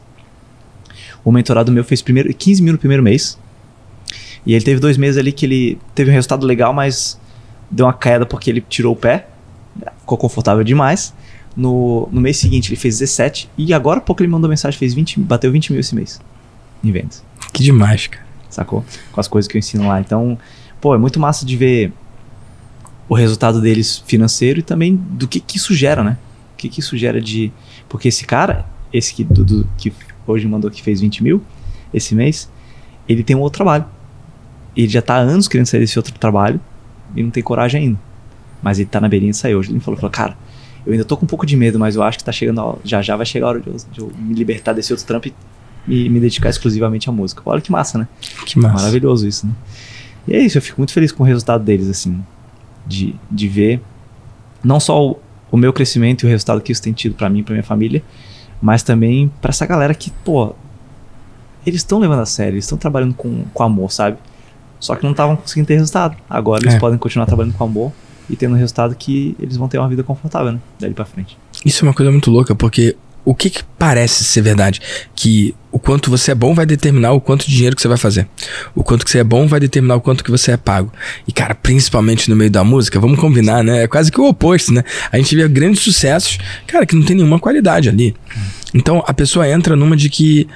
O mentorado meu fez 15 mil no primeiro mês. E ele teve 2 meses ali que ele teve um resultado legal, mas deu uma queda porque ele tirou o pé. Ficou confortável demais. No mês seguinte ele fez 17. E agora há pouco ele mandou mensagem, bateu 20 mil esse mês em vendas. Que demais, cara. Sacou? Com as coisas que eu ensino lá. Então, pô, é muito massa de ver o resultado deles financeiro e também do que isso gera, né? O que isso gera de... Porque esse cara, que hoje mandou que fez 20 mil esse mês, ele tem um outro trabalho. Ele já tá há anos querendo sair desse outro trabalho e não tem coragem ainda. Mas ele tá na beirinha de sair hoje. Ele me falou, cara, eu ainda tô com um pouco de medo, mas eu acho que tá chegando, já vai chegar a hora de eu me libertar desse outro trampo e me dedicar exclusivamente à música. Olha que massa, né? Que massa. Maravilhoso isso, né? E é isso, eu fico muito feliz com o resultado deles, assim, de ver não só o meu crescimento e o resultado que isso tem tido pra mim e pra minha família, mas também pra essa galera que, pô, eles estão levando a sério, eles estão trabalhando com amor, sabe? Só que não estavam conseguindo ter resultado. Agora eles podem continuar trabalhando com amor e tendo um resultado que eles vão ter uma vida confortável, né? Dali pra frente. Isso é uma coisa muito louca, porque o que parece ser verdade? Que o quanto você é bom vai determinar o quanto de dinheiro que você vai fazer. O quanto que você é bom vai determinar o quanto que você é pago. E, cara, principalmente no meio da música, vamos combinar, né? É quase que o oposto, né? A gente vê grandes sucessos, cara, que não tem nenhuma qualidade ali. Então, a pessoa entra numa de que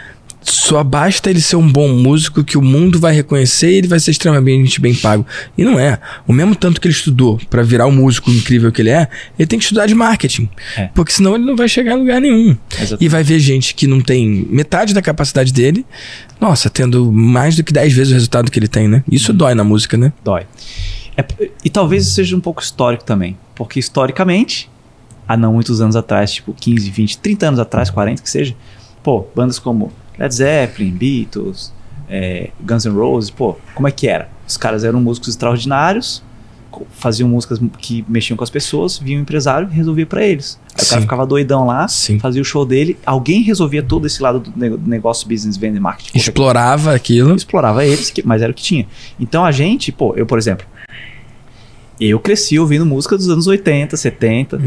só basta ele ser um bom músico que o mundo vai reconhecer e ele vai ser extremamente bem pago. E não é. O mesmo tanto que ele estudou pra virar o músico incrível que ele tem que estudar de marketing. Porque senão ele não vai chegar a lugar nenhum. Exatamente. E vai ver gente que não tem metade da capacidade dele, nossa, tendo mais do que 10 vezes o resultado que ele tem, né? Isso dói na música, né? Dói. E talvez isso seja um pouco histórico também. Porque historicamente, há não muitos anos atrás, tipo 15, 20, 30 anos atrás, 40 que seja, pô, bandas como Led Zeppelin, Beatles, Guns N' Roses, pô, como é que era? Os caras eram músicos extraordinários, faziam músicas que mexiam com as pessoas, vinha um empresário e resolvia pra eles. Aí o cara ficava doidão lá, fazia o show dele, alguém resolvia todo esse lado do negócio, business, venda e marketing. Explorava aquilo. Explorava eles, mas era o que tinha. Então a gente, pô, eu por exemplo, eu cresci ouvindo música dos anos 80, 70,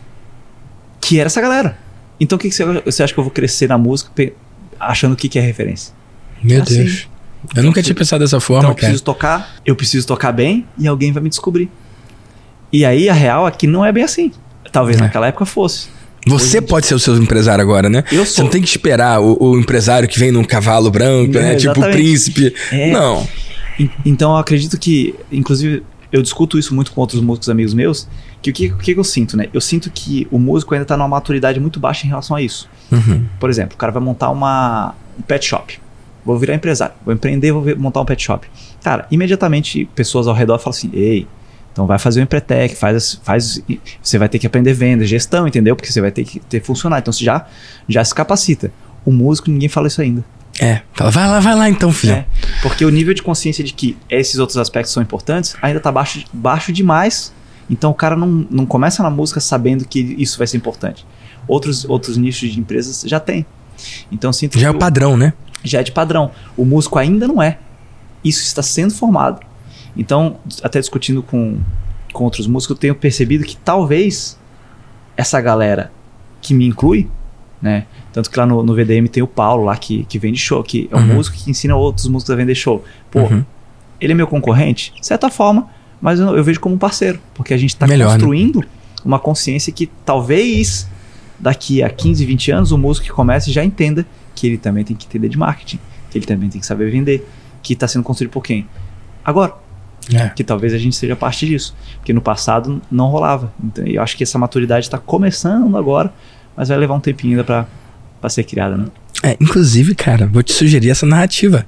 que era essa galera. Então o que você acha que eu vou crescer na música achando o que é referência? Meu Deus. Assim. Eu nunca tinha pensado dessa forma, então eu preciso tocar bem e alguém vai me descobrir. E aí a real aqui não é bem assim. Talvez naquela época fosse. Você pode ser o seu empresário agora, né? Eu sou. Você não tem que esperar o empresário que vem num cavalo branco, né? Tipo o príncipe. Não. Então eu acredito que, inclusive, eu discuto isso muito com outros músicos amigos meus, que o que eu sinto, né? Eu sinto que o músico ainda tá numa maturidade muito baixa em relação a isso. Por exemplo, o cara vai montar um pet shop. Vou virar empresário, vou empreender, vou montar um pet shop. Cara, imediatamente pessoas ao redor falam assim, ei, então vai fazer o Empretec, você vai ter que aprender venda, gestão, entendeu? Porque você vai ter que ter funcionário. Então você já se capacita. O músico, ninguém fala isso ainda. Fala, vai lá então, filho. Porque o nível de consciência de que esses outros aspectos são importantes ainda tá baixo demais. Então o cara não começa na música sabendo que isso vai ser importante. Outros nichos de empresas já tem. Então eu sinto já é o padrão, né? Já é de padrão. O músico ainda não é. Isso está sendo formado. Então, até discutindo com outros músicos, eu tenho percebido que talvez essa galera que me inclui, né? Tanto que lá no VDM tem o Paulo lá que vende show, que é um músico que ensina outros músicos a vender show. Pô, ele é meu concorrente, de certa forma, mas eu vejo como um parceiro, porque a gente está construindo uma consciência que talvez daqui a 15, 20 anos o músico que comece já entenda que ele também tem que entender de marketing, que ele também tem que saber vender, que está sendo construído por quem? Agora. Que talvez a gente seja parte disso, porque no passado não rolava. Então, eu acho que essa maturidade está começando agora, mas vai levar um tempinho ainda para ser criada, né? Inclusive, cara, vou te sugerir essa narrativa.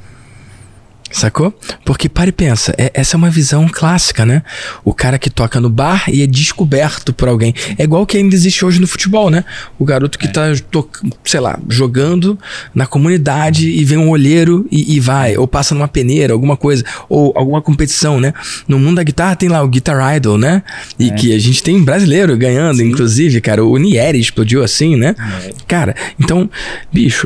Sacou? Porque para e pensa, essa é uma visão clássica, né? O cara que toca no bar e é descoberto por alguém. É igual que ainda existe hoje no futebol, né? O garoto que tá, sei lá, jogando na comunidade e vem um olheiro e vai. Ou passa numa peneira, alguma coisa. Ou alguma competição, né? No mundo da guitarra tem lá o Guitar Idol, né? E que a gente tem brasileiro ganhando, inclusive, cara. O Nieri explodiu assim, né? Cara, então, bicho...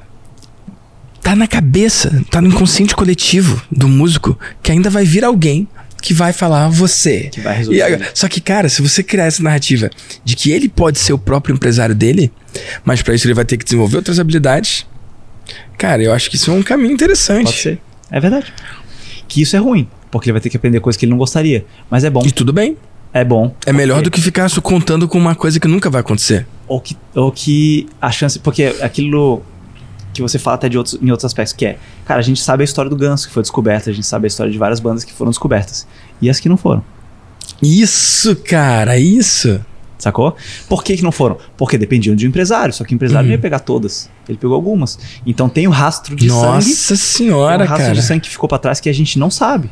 Tá na cabeça, tá no inconsciente coletivo do músico que ainda vai vir alguém que vai falar você. Que vai resolver. Só que, cara, se você criar essa narrativa de que ele pode ser o próprio empresário dele, mas pra isso ele vai ter que desenvolver outras habilidades, cara, eu acho que isso é um caminho interessante. Pode ser. É verdade. Que isso é ruim, porque ele vai ter que aprender coisas que ele não gostaria. Mas é bom. E tudo bem. É bom. É melhor do que ficar contando com uma coisa que nunca vai acontecer. Ou que a chance... Porque aquilo... que você fala até em outros aspectos, que cara, a gente sabe a história do Guns que foi descoberta, a gente sabe a história de várias bandas que foram descobertas, e as que não foram. Isso, cara, isso. Sacou? Por que não foram? Porque dependiam de um empresário, só que o empresário não ia pegar todas, ele pegou algumas. Então tem o rastro de sangue. Nossa senhora, tem o rastro cara. de sangue que ficou pra trás que a gente não sabe.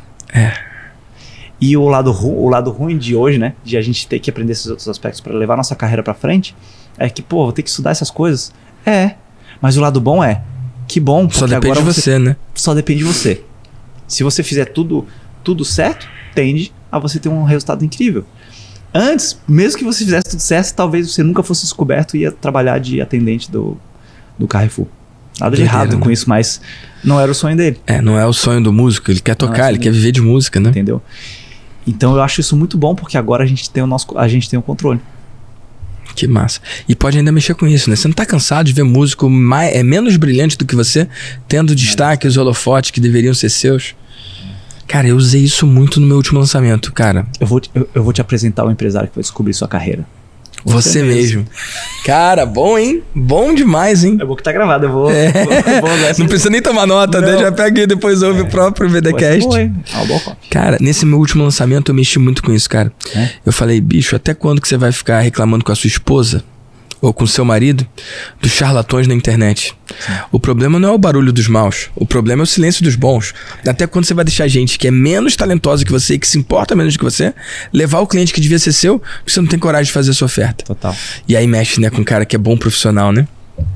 E o lado ruim de hoje, né, de a gente ter que aprender esses outros aspectos pra levar nossa carreira pra frente, é que, vou ter que estudar essas coisas. Mas o lado bom que bom, porque só depende agora de você, né? Só depende de você. Se você fizer tudo certo, tende a você ter um resultado incrível. Antes, mesmo que você fizesse tudo certo, talvez você nunca fosse descoberto e ia trabalhar de atendente do Carrefour. Nada de errado com isso, mas não era o sonho dele. Não é o sonho do músico, ele quer tocar, ele quer viver de música, né? Entendeu? Então eu acho isso muito bom, porque agora a gente tem o controle. Que massa. E pode ainda mexer com isso, né? Você não tá cansado de ver músico menos brilhante do que você, tendo destaque, os holofotes que deveriam ser seus? Cara, eu usei isso muito no meu último lançamento, cara. Eu vou te apresentar o empresário que vai descobrir sua carreira. Você mesmo. Cara, bom, hein? Bom demais, hein? É bom que tá gravado, eu vou... Não precisa nem tomar nota, né? Já pega e depois ouve o próprio VDcast. Cara, nesse meu último lançamento eu mexi muito com isso, cara. Eu falei, bicho, até quando que você vai ficar reclamando com a sua esposa ou com seu marido dos charlatões na internet? Sim. O problema não é o barulho dos maus, o problema é o silêncio dos bons. Até quando você vai deixar gente que é menos talentosa que você e que se importa menos que você levar o cliente que devia ser seu, porque você não tem coragem de fazer a sua oferta. Total. E aí mexe, né, com um cara que é bom profissional, né?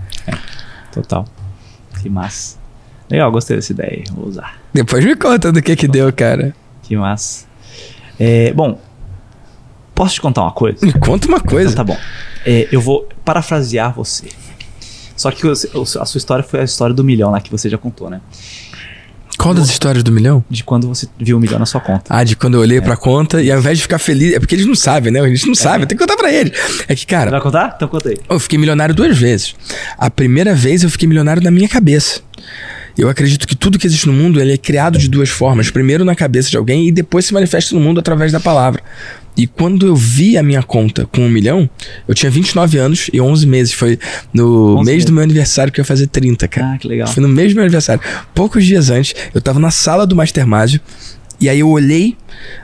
Total. Que massa. Legal, gostei dessa ideia, vou usar. Depois me conta do que deu, cara. Que massa. Bom, posso te contar uma coisa? Me conta uma coisa. Então, tá bom. Eu vou parafrasear você. Só que a sua história foi a história do milhão lá que você já contou, né? Qual das histórias do milhão? De quando você viu o milhão na sua conta. Ah, de quando eu olhei pra conta e ao invés de ficar feliz... É porque eles não sabem, né? Eles não sabem, tem que contar pra eles. É que, cara... Vai contar? Então conta aí. Eu fiquei milionário 2 vezes. A primeira vez eu fiquei milionário na minha cabeça. Eu acredito que tudo que existe no mundo ele é criado de 2 formas. Primeiro na cabeça de alguém e depois se manifesta no mundo através da palavra. E quando eu vi a minha conta com 1 milhão, eu tinha 29 anos e 11 meses. Foi no mês do meu aniversário que eu ia fazer 30, cara. Ah, que legal. Foi no mês do meu aniversário. Poucos dias antes, eu tava na sala do Mastermásio e aí eu olhei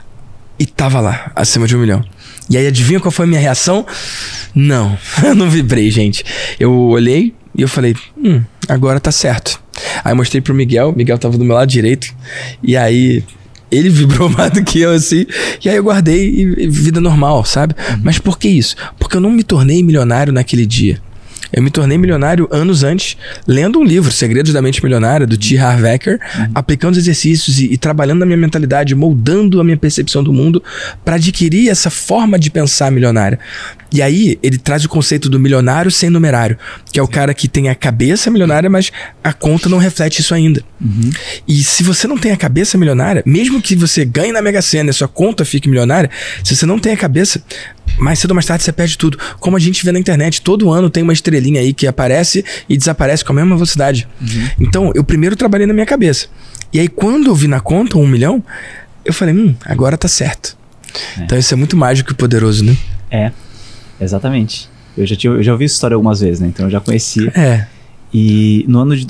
e tava lá, acima de 1 milhão. E aí adivinha qual foi a minha reação? Não, eu não vibrei, gente. Eu olhei e eu falei, agora tá certo. Aí eu mostrei pro Miguel tava do meu lado direito. E aí... ele vibrou mais do que eu, assim. E aí eu guardei e vida normal, sabe? Mas por que isso? Porque eu não me tornei milionário naquele dia. Eu me tornei milionário anos antes, lendo um livro, Segredos da Mente Milionária, do T. Harv Eker, aplicando os exercícios e trabalhando na minha mentalidade, moldando a minha percepção do mundo para adquirir essa forma de pensar milionária. E aí, ele traz o conceito do milionário sem numerário, que é o cara que tem a cabeça milionária, mas a conta não reflete isso ainda. E se você não tem a cabeça milionária, mesmo que você ganhe na Mega Sena e sua conta fique milionária, se você não tem a cabeça, mais cedo ou mais tarde você perde tudo. Como a gente vê na internet, todo ano tem uma estrelinha aí que aparece e desaparece com a mesma velocidade. Então, eu primeiro trabalhei na minha cabeça. E aí, quando eu vi na conta 1 milhão, eu falei, agora tá certo. Então, isso é muito mágico e poderoso, né? Exatamente. Eu já ouvi essa história algumas vezes, né? Então eu já conhecia. É. E no ano de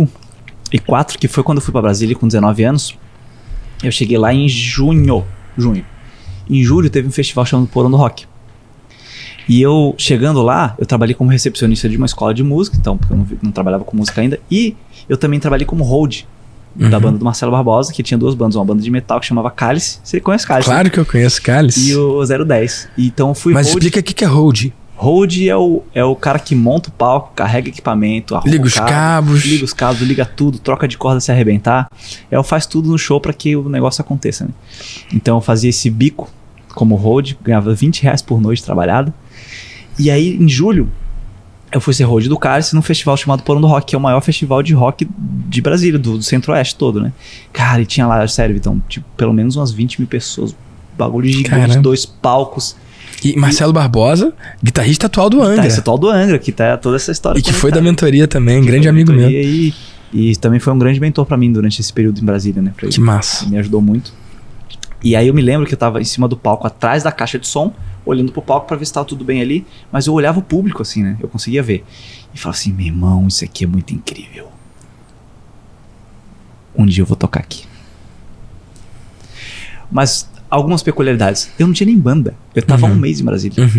2004, que foi quando eu fui pra Brasília com 19 anos, eu cheguei lá em junho. Em julho teve um festival chamado Porão do Rock. E eu, chegando lá, eu trabalhei como recepcionista de uma escola de música, então, porque eu não trabalhava com música ainda. E eu também trabalhei como hold da banda do Marcelo Barbosa, que tinha 2 bandas. Uma banda de metal que chamava Cálice. Você conhece Cálice? Claro que eu conheço Cálice. E o 010. Então eu fui Mas hold. Explica o que é hold. Hold é o cara que monta o palco, carrega equipamento, arruma liga os cabos. Liga os cabos, liga tudo, troca de corda se arrebentar. Faz tudo no show pra que o negócio aconteça, né? Então eu fazia esse bico como hold, ganhava R$20 por noite trabalhado. E aí, em julho, eu fui ser hold do Cálice num festival chamado Porão do Rock, que é o maior festival de rock de Brasília, do Centro-Oeste todo, né? Cara, e tinha lá, sério, então, tipo, pelo menos umas 20 mil pessoas. Bagulho gigante, 2 palcos. E Marcelo Barbosa, guitarrista atual do Angra. Guitarrista atual do Angra, que tá toda essa história. E que foi da mentoria também, grande amigo meu. E também foi um grande mentor pra mim durante esse período em Brasília, né? Que massa. Me ajudou muito. E aí eu me lembro que eu tava em cima do palco, atrás da caixa de som, olhando pro palco pra ver se tava tudo bem ali, mas eu olhava o público assim, né? Eu conseguia ver. E falava assim, meu irmão, isso aqui é muito incrível. Um dia eu vou tocar aqui. Mas algumas peculiaridades. Eu não tinha nem banda. Eu tava há 1 mês em Brasília.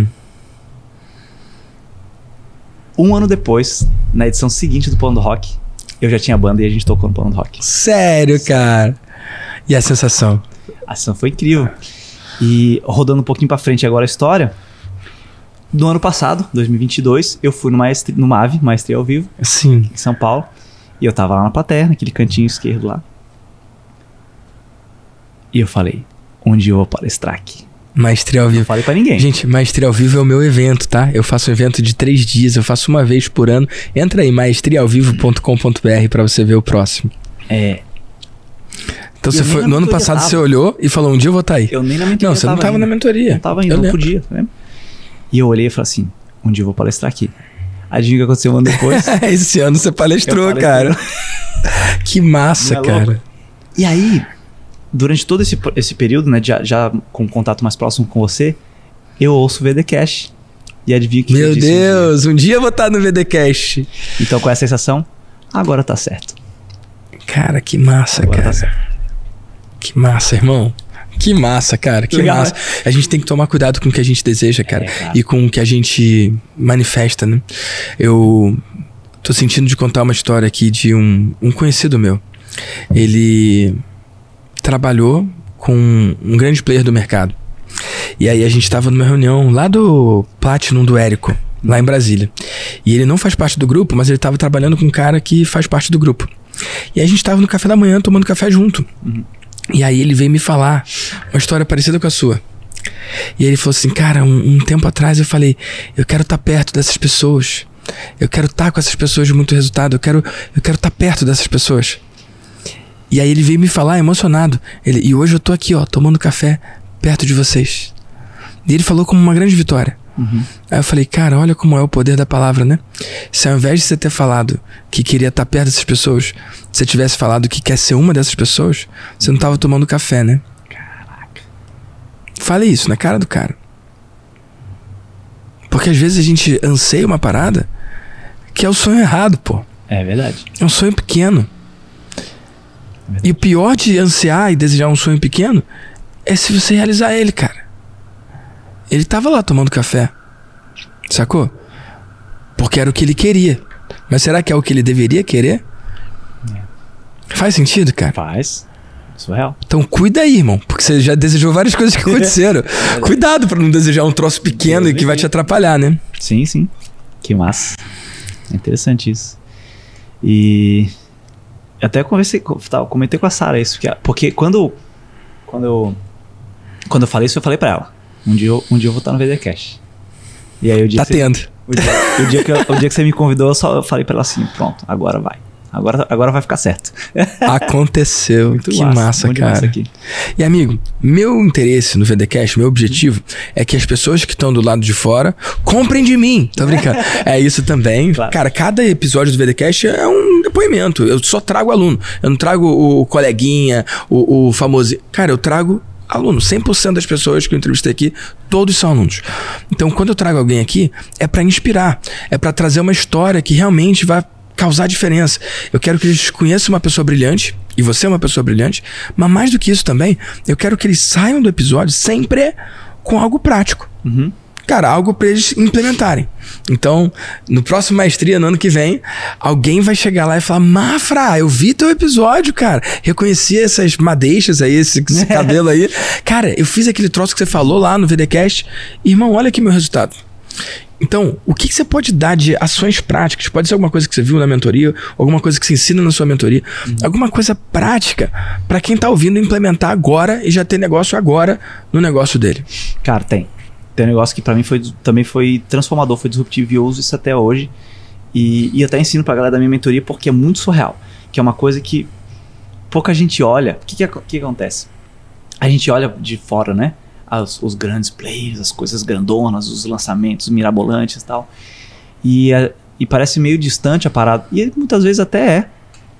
1 ano depois, na edição seguinte do Porão do Rock, eu já tinha banda e a gente tocou no Porão do Rock. Sério, cara? E a sensação? A sensação foi incrível. E rodando um pouquinho pra frente agora a história, do ano passado, 2022, eu fui no MAV, Maestria ao Vivo, sim, em São Paulo, e eu tava lá na plateia, naquele cantinho esquerdo lá. E eu falei, onde eu vou palestrar aqui? Maestria ao Vivo. Não falei pra ninguém. Gente, Maestria ao Vivo é o meu evento, tá? Eu faço um evento de 3 dias, eu faço uma vez por ano. Entra aí, maestriaovivo.com.br pra você ver o próximo. Então você foi, no ano passado você olhou e falou, um dia eu vou estar aí. Eu nem na mentoria. Não, você não tava na mentoria. Não tava ainda, não podia, tá vendo? E eu olhei e falei assim, um dia eu vou palestrar aqui. Adivinha o que aconteceu um ano depois? Esse ano você palestrou, cara. Que massa, cara. Louco? E aí, durante todo esse período, né, já com contato mais próximo com você, eu ouço o VDcast E adivinha o que Meu eu disse Deus, um dia eu vou estar no VDcast. Então, com essa sensação, agora tá certo. Cara, que massa, Agora cara. tá certo. Que massa, irmão. Que massa, cara. Que Legal, massa. né? A gente tem que tomar cuidado com o que a gente deseja, cara. Claro. E com o que a gente manifesta, né? Eu tô sentindo de contar uma história aqui de um conhecido meu. Ele trabalhou com um grande player do mercado. E aí a gente tava numa reunião lá do Platinum do Érico, lá em Brasília. E ele não faz parte do grupo, mas ele tava trabalhando com um cara que faz parte do grupo. E aí a gente tava no café da manhã tomando café junto. E aí ele veio me falar uma história parecida com a sua. E aí ele falou assim, cara, um tempo atrás eu falei, eu quero estar perto dessas pessoas. Eu quero estar com essas pessoas de muito resultado. Eu quero estar perto dessas pessoas. E aí ele veio me falar emocionado. E hoje eu tô aqui, ó, tomando café perto de vocês. E ele falou como uma grande vitória. Aí eu falei, cara, olha como é o poder da palavra, né? Se ao invés de você ter falado que queria estar perto dessas pessoas, você tivesse falado que quer ser uma dessas pessoas, você não tava tomando café, né? Caraca. Fale isso na cara do cara. Porque às vezes a gente anseia uma parada que é o sonho errado, pô. É verdade. É um sonho pequeno. E o pior de ansiar e desejar um sonho pequeno é se você realizar ele, cara. Ele tava lá tomando café, sacou? Porque era o que ele queria. Mas será que é o que ele deveria querer? Faz sentido, cara? Faz. Surreal. Então cuida aí, irmão. Porque você já desejou várias coisas que aconteceram. Cuidado pra não desejar um troço pequeno e que vai te atrapalhar, né? Sim, sim. Que massa. É interessante isso. E até comentei com a Sara isso. Porque quando eu falei isso, eu falei pra ela. Um dia eu vou estar no VDcast. E aí o dia Tá tendo. O dia que você me convidou, eu falei pra ela assim, pronto, agora vai. Agora vai ficar certo. Aconteceu. Muito que massa, cara. Aqui. E amigo, meu interesse no VDcast, meu objetivo é que as pessoas que estão do lado de fora comprem de mim. Tô brincando. É isso também. Claro. Cara, cada episódio do VDcast é um depoimento. Eu só trago aluno. Eu não trago o coleguinha, o famosinho. Cara, eu trago aluno. 100% das pessoas que eu entrevistei aqui, todos são alunos. Então, quando eu trago alguém aqui, é pra inspirar. É pra trazer uma história que realmente vai causar diferença. Eu quero que eles conheçam uma pessoa brilhante, e você é uma pessoa brilhante, mas mais do que isso também, eu quero que eles saiam do episódio sempre com algo prático. Cara, algo pra eles implementarem. Então, no próximo Maestria, no ano que vem, alguém vai chegar lá e falar, Mafra, eu vi teu episódio, cara. Reconheci essas madeixas aí, esse cabelo aí. Cara, eu fiz aquele troço que você falou lá no VDcast. Irmão, olha aqui meu resultado. Então, o que você pode dar de ações práticas? Pode ser alguma coisa que você viu na mentoria, alguma coisa que você ensina na sua mentoria, alguma coisa prática para quem tá ouvindo implementar agora e já ter negócio agora no negócio dele. Cara, tem um negócio que pra mim também foi transformador, foi disruptivo e eu uso isso até hoje. E até ensino pra galera da minha mentoria porque é muito surreal. Que é uma coisa que pouca gente olha. O que acontece? A gente olha de fora, né? Os grandes players, as coisas grandonas, os lançamentos mirabolantes e tal. E parece meio distante a parada. E muitas vezes até é.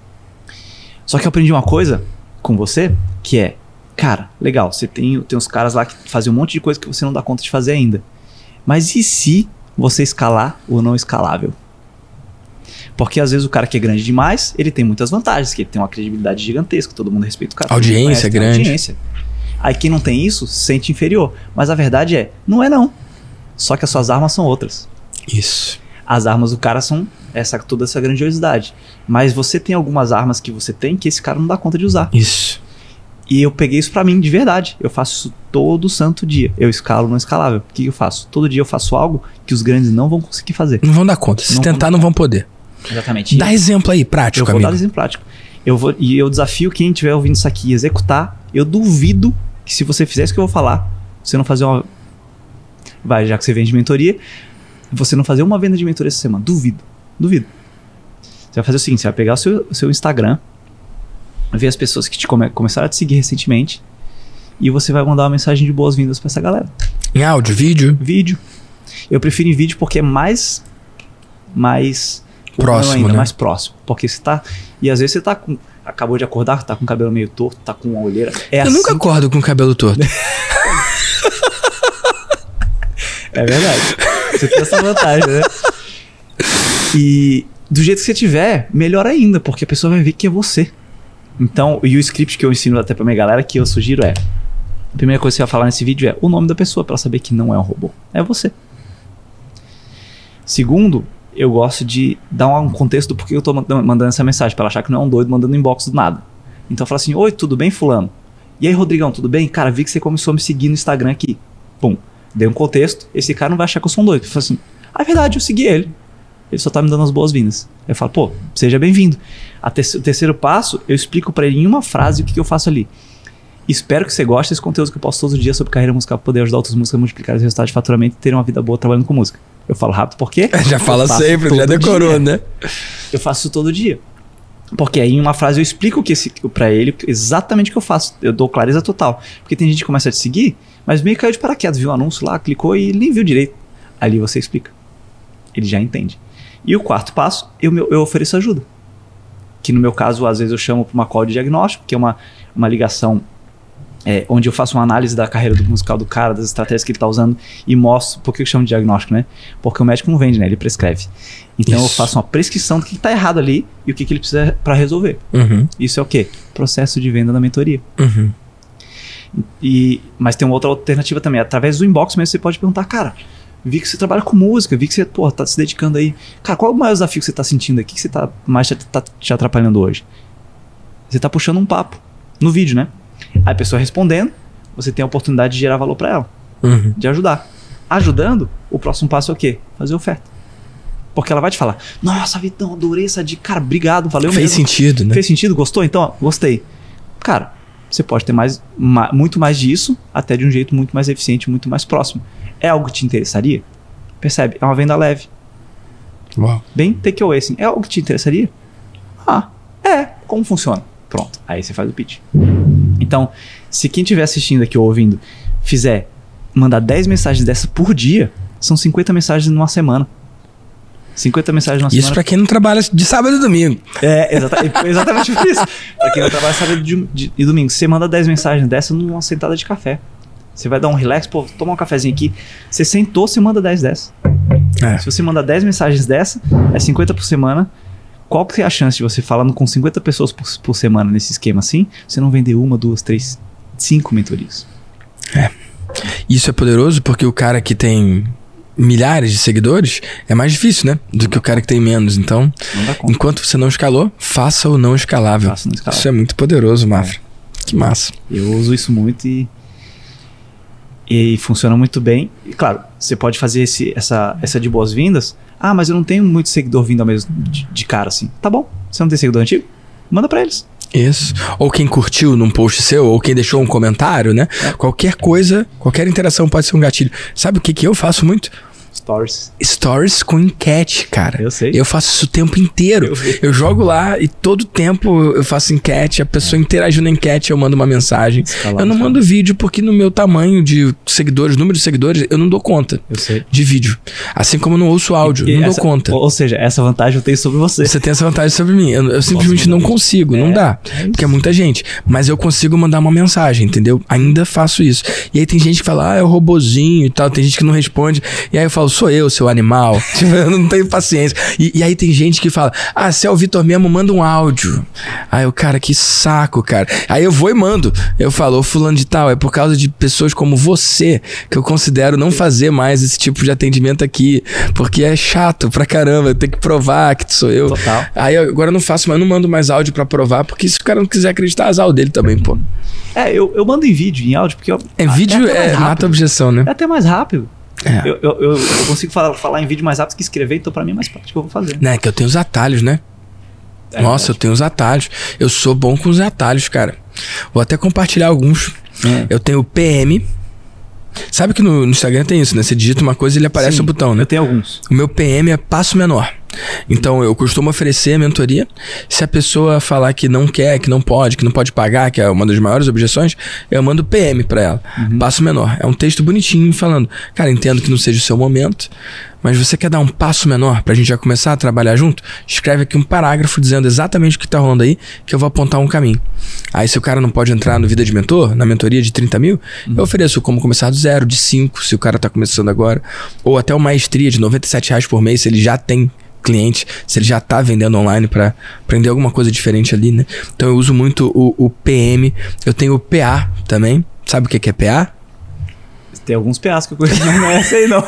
Só que eu aprendi uma coisa com você, que é, cara, legal, você tem uns caras lá que fazem um monte de coisa que você não dá conta de fazer ainda. Mas e se você escalar o não escalável? Porque às vezes o cara que é grande demais, ele tem muitas vantagens, que ele tem uma credibilidade gigantesca, todo mundo respeita o cara. Audiência grande. Audiência. Aí quem não tem isso, se sente inferior. Mas a verdade não é não. Só que as suas armas são outras. Isso. As armas do cara são toda essa grandiosidade. Mas você tem algumas armas que você tem que esse cara não dá conta de usar. Isso. E eu peguei isso pra mim, de verdade. Eu faço isso todo santo dia. Eu escalo no escalável. O que eu faço? Todo dia eu faço algo que os grandes não vão conseguir fazer. Não vão dar conta. Se tentar, não vão poder. Exatamente. Dá exemplo aí, prático, Eu vou dar exemplo prático. Eu desafio quem estiver ouvindo isso aqui executar. Eu duvido que se você fizer isso que eu vou falar, você não fazer uma... já que você vende mentoria, você não fazer uma venda de mentoria essa semana. Duvido. Você vai fazer o seguinte, você vai pegar o seu Instagram, ver as pessoas que começaram a te seguir recentemente e você vai mandar uma mensagem de boas-vindas pra essa galera. Em áudio, vídeo? Vídeo. Eu prefiro em vídeo porque é mais próximo, ainda, né? mais próximo. Porque você tá... E às vezes você tá acabou de acordar, tá com o cabelo meio torto, tá com uma olheira. Eu nunca acordo com o cabelo torto. É verdade. Você tem essa vantagem, né? E do jeito que você tiver, melhor ainda, porque a pessoa vai ver que é você. Então, e o script que eu ensino até pra minha galera, que eu sugiro é... A primeira coisa que você vai falar nesse vídeo é o nome da pessoa, pra ela saber que não é um robô. É você. Segundo, eu gosto de dar um contexto do porquê eu tô mandando essa mensagem, pra ela achar que não é um doido mandando inbox do nada. Então eu falo assim, oi, tudo bem, fulano? E aí, Rodrigão, tudo bem? Cara, vi que você começou a me seguir no Instagram aqui. Pum. Dei um contexto, esse cara não vai achar que eu sou um doido. Eu falo assim, é verdade, eu segui ele. Ele só tá me dando as boas-vindas. Eu falo, pô, seja bem-vindo. O terceiro passo, eu explico pra ele em uma frase o que eu faço ali. Espero que você goste desse conteúdo que eu posto todos os dias sobre carreira musical para poder ajudar outras músicas a multiplicar os resultados de faturamento e terem uma vida boa trabalhando com música. Eu falo rápido porque... Já fala sempre, já decorou, dia. Né? Eu faço isso todo dia. Porque aí em uma frase eu explico pra ele exatamente o que eu faço. Eu dou clareza total. Porque tem gente que começa a te seguir, mas meio caiu de paraquedas, viu o anúncio lá, clicou e nem viu direito. Ali você explica. Ele já entende. E o quarto passo, eu ofereço ajuda. Que no meu caso, às vezes eu chamo para uma call de diagnóstico, que é uma ligação onde eu faço uma análise da carreira do musical do cara, das estratégias que ele está usando e mostro. Por que eu chamo de diagnóstico, né? Porque o médico não vende, né? Ele prescreve. Então eu faço uma prescrição do que está errado ali e o que ele precisa para resolver. Uhum. Isso é o quê? Processo de venda da mentoria. Uhum. Mas tem uma outra alternativa também. Através do inbox mesmo você pode perguntar, cara, vi que você trabalha com música, vi que você tá se dedicando aí. Cara, qual é o maior desafio que você tá sentindo aqui? O que você tá mais te atrapalhando hoje? Você tá puxando um papo no vídeo, né? Aí a pessoa respondendo, você tem a oportunidade de gerar valor para ela, de ajudar. Ajudando, o próximo passo é o quê? Fazer oferta. Porque ela vai te falar, nossa, Vitão, adorei essa dica, cara, obrigado, valeu mesmo. Fez sentido, né? Fez sentido? Gostou? Então, ó, gostei. Cara, você pode ter muito mais disso, até de um jeito muito mais eficiente, muito mais próximo. É algo que te interessaria? Percebe? É uma venda leve. Uau. Bem takeaway, assim. É algo que te interessaria? Como funciona? Pronto. Aí você faz o pitch. Então, se quem estiver assistindo aqui ou ouvindo mandar 10 mensagens dessa por dia, são 50 mensagens numa semana. 50 mensagens numa semana. Isso pra quem não trabalha de sábado e domingo. Exatamente por isso. Pra quem não trabalha sábado e domingo. Você manda 10 mensagens dessa numa sentada de café. Você vai dar um relax, pô, toma um cafezinho aqui. Você sentou, você manda 10 dessa. Se você manda 10 mensagens dessa, é 50 por semana. Qual que é a chance de você falando com 50 pessoas por semana nesse esquema assim, você não vender 1, 2, 3, 5 mentorias? Isso é poderoso porque o cara que tem milhares de seguidores é mais difícil, né? Do que o cara que tem menos. Então, enquanto você não escalou, faça o não escalável. Isso é muito poderoso, Mafra. Que massa. Eu uso isso muito e funciona muito bem. E claro, você pode fazer essa de boas-vindas. Ah, mas eu não tenho muito seguidor vindo ao mesmo de cara assim. Tá bom. Você não tem seguidor antigo? Manda pra eles. Isso. Ou quem curtiu num post seu, ou quem deixou um comentário, né? Qualquer coisa, qualquer interação pode ser um gatilho. Sabe o que eu faço muito? Stories com enquete, cara. Eu sei. Eu faço isso o tempo inteiro. Eu jogo lá e todo tempo eu faço enquete, a pessoa interagiu na enquete, eu mando uma mensagem. Eu não mando vídeo porque no meu tamanho de seguidores, número de seguidores, eu não dou conta de vídeo. Assim como eu não ouço áudio, não dou conta. Ou seja, essa vantagem eu tenho sobre você. Você tem essa vantagem sobre mim. Eu simplesmente não consigo, não dá. Porque é muita gente. Mas eu consigo mandar uma mensagem, entendeu? Ainda faço isso. E aí tem gente que fala, é o robozinho e tal. Tem gente que não responde. E aí eu falo, sou eu, seu animal. Tipo, eu não tenho paciência. E aí tem gente que fala, se é o Vitor mesmo, manda um áudio. Aí eu, cara, que saco, cara. Aí eu vou e mando. Eu falo, fulano de tal, é por causa de pessoas como você que eu considero não fazer mais esse tipo de atendimento aqui. Porque é chato pra caramba, eu tenho que provar que sou eu. Total. Aí agora eu não faço, mas eu não mando mais áudio pra provar, porque se o cara não quiser acreditar, azar o dele também, pô. Eu mando em vídeo, em áudio, porque vídeo mata a objeção, né? É até mais rápido. Eu consigo falar em vídeo mais rápido que escrever, então pra mim é mais prático que eu vou fazer. Não, é que eu tenho os atalhos, né? Nossa, eu tenho os atalhos. Eu sou bom com os atalhos, cara. Vou até compartilhar alguns. Eu tenho o PM. Sabe que no Instagram tem isso, né? Você digita uma coisa e ele aparece o botão, né? Eu tenho alguns. O meu PM é passo menor. Então eu costumo oferecer a mentoria. Se a pessoa falar que não quer, que não pode pagar, que é uma das maiores objeções, eu mando PM pra ela. Passo menor. É um texto bonitinho falando, cara, entendo que não seja o seu momento, mas você quer dar um passo menor pra gente já começar a trabalhar junto? Escreve aqui um parágrafo dizendo exatamente o que tá rolando aí, que eu vou apontar um caminho. Aí se o cara não pode entrar no Vida de Mentor, na mentoria de 30 mil, eu ofereço como começar do zero, de 5, se o cara tá começando agora, ou até uma maestria de R$97 por mês, se ele já tem cliente, se ele já tá vendendo online pra aprender alguma coisa diferente ali, né? Então eu uso muito o PM, eu tenho o PA também. Sabe o que é PA? Tem alguns PAs que eu conheço, mas não é essa aí não.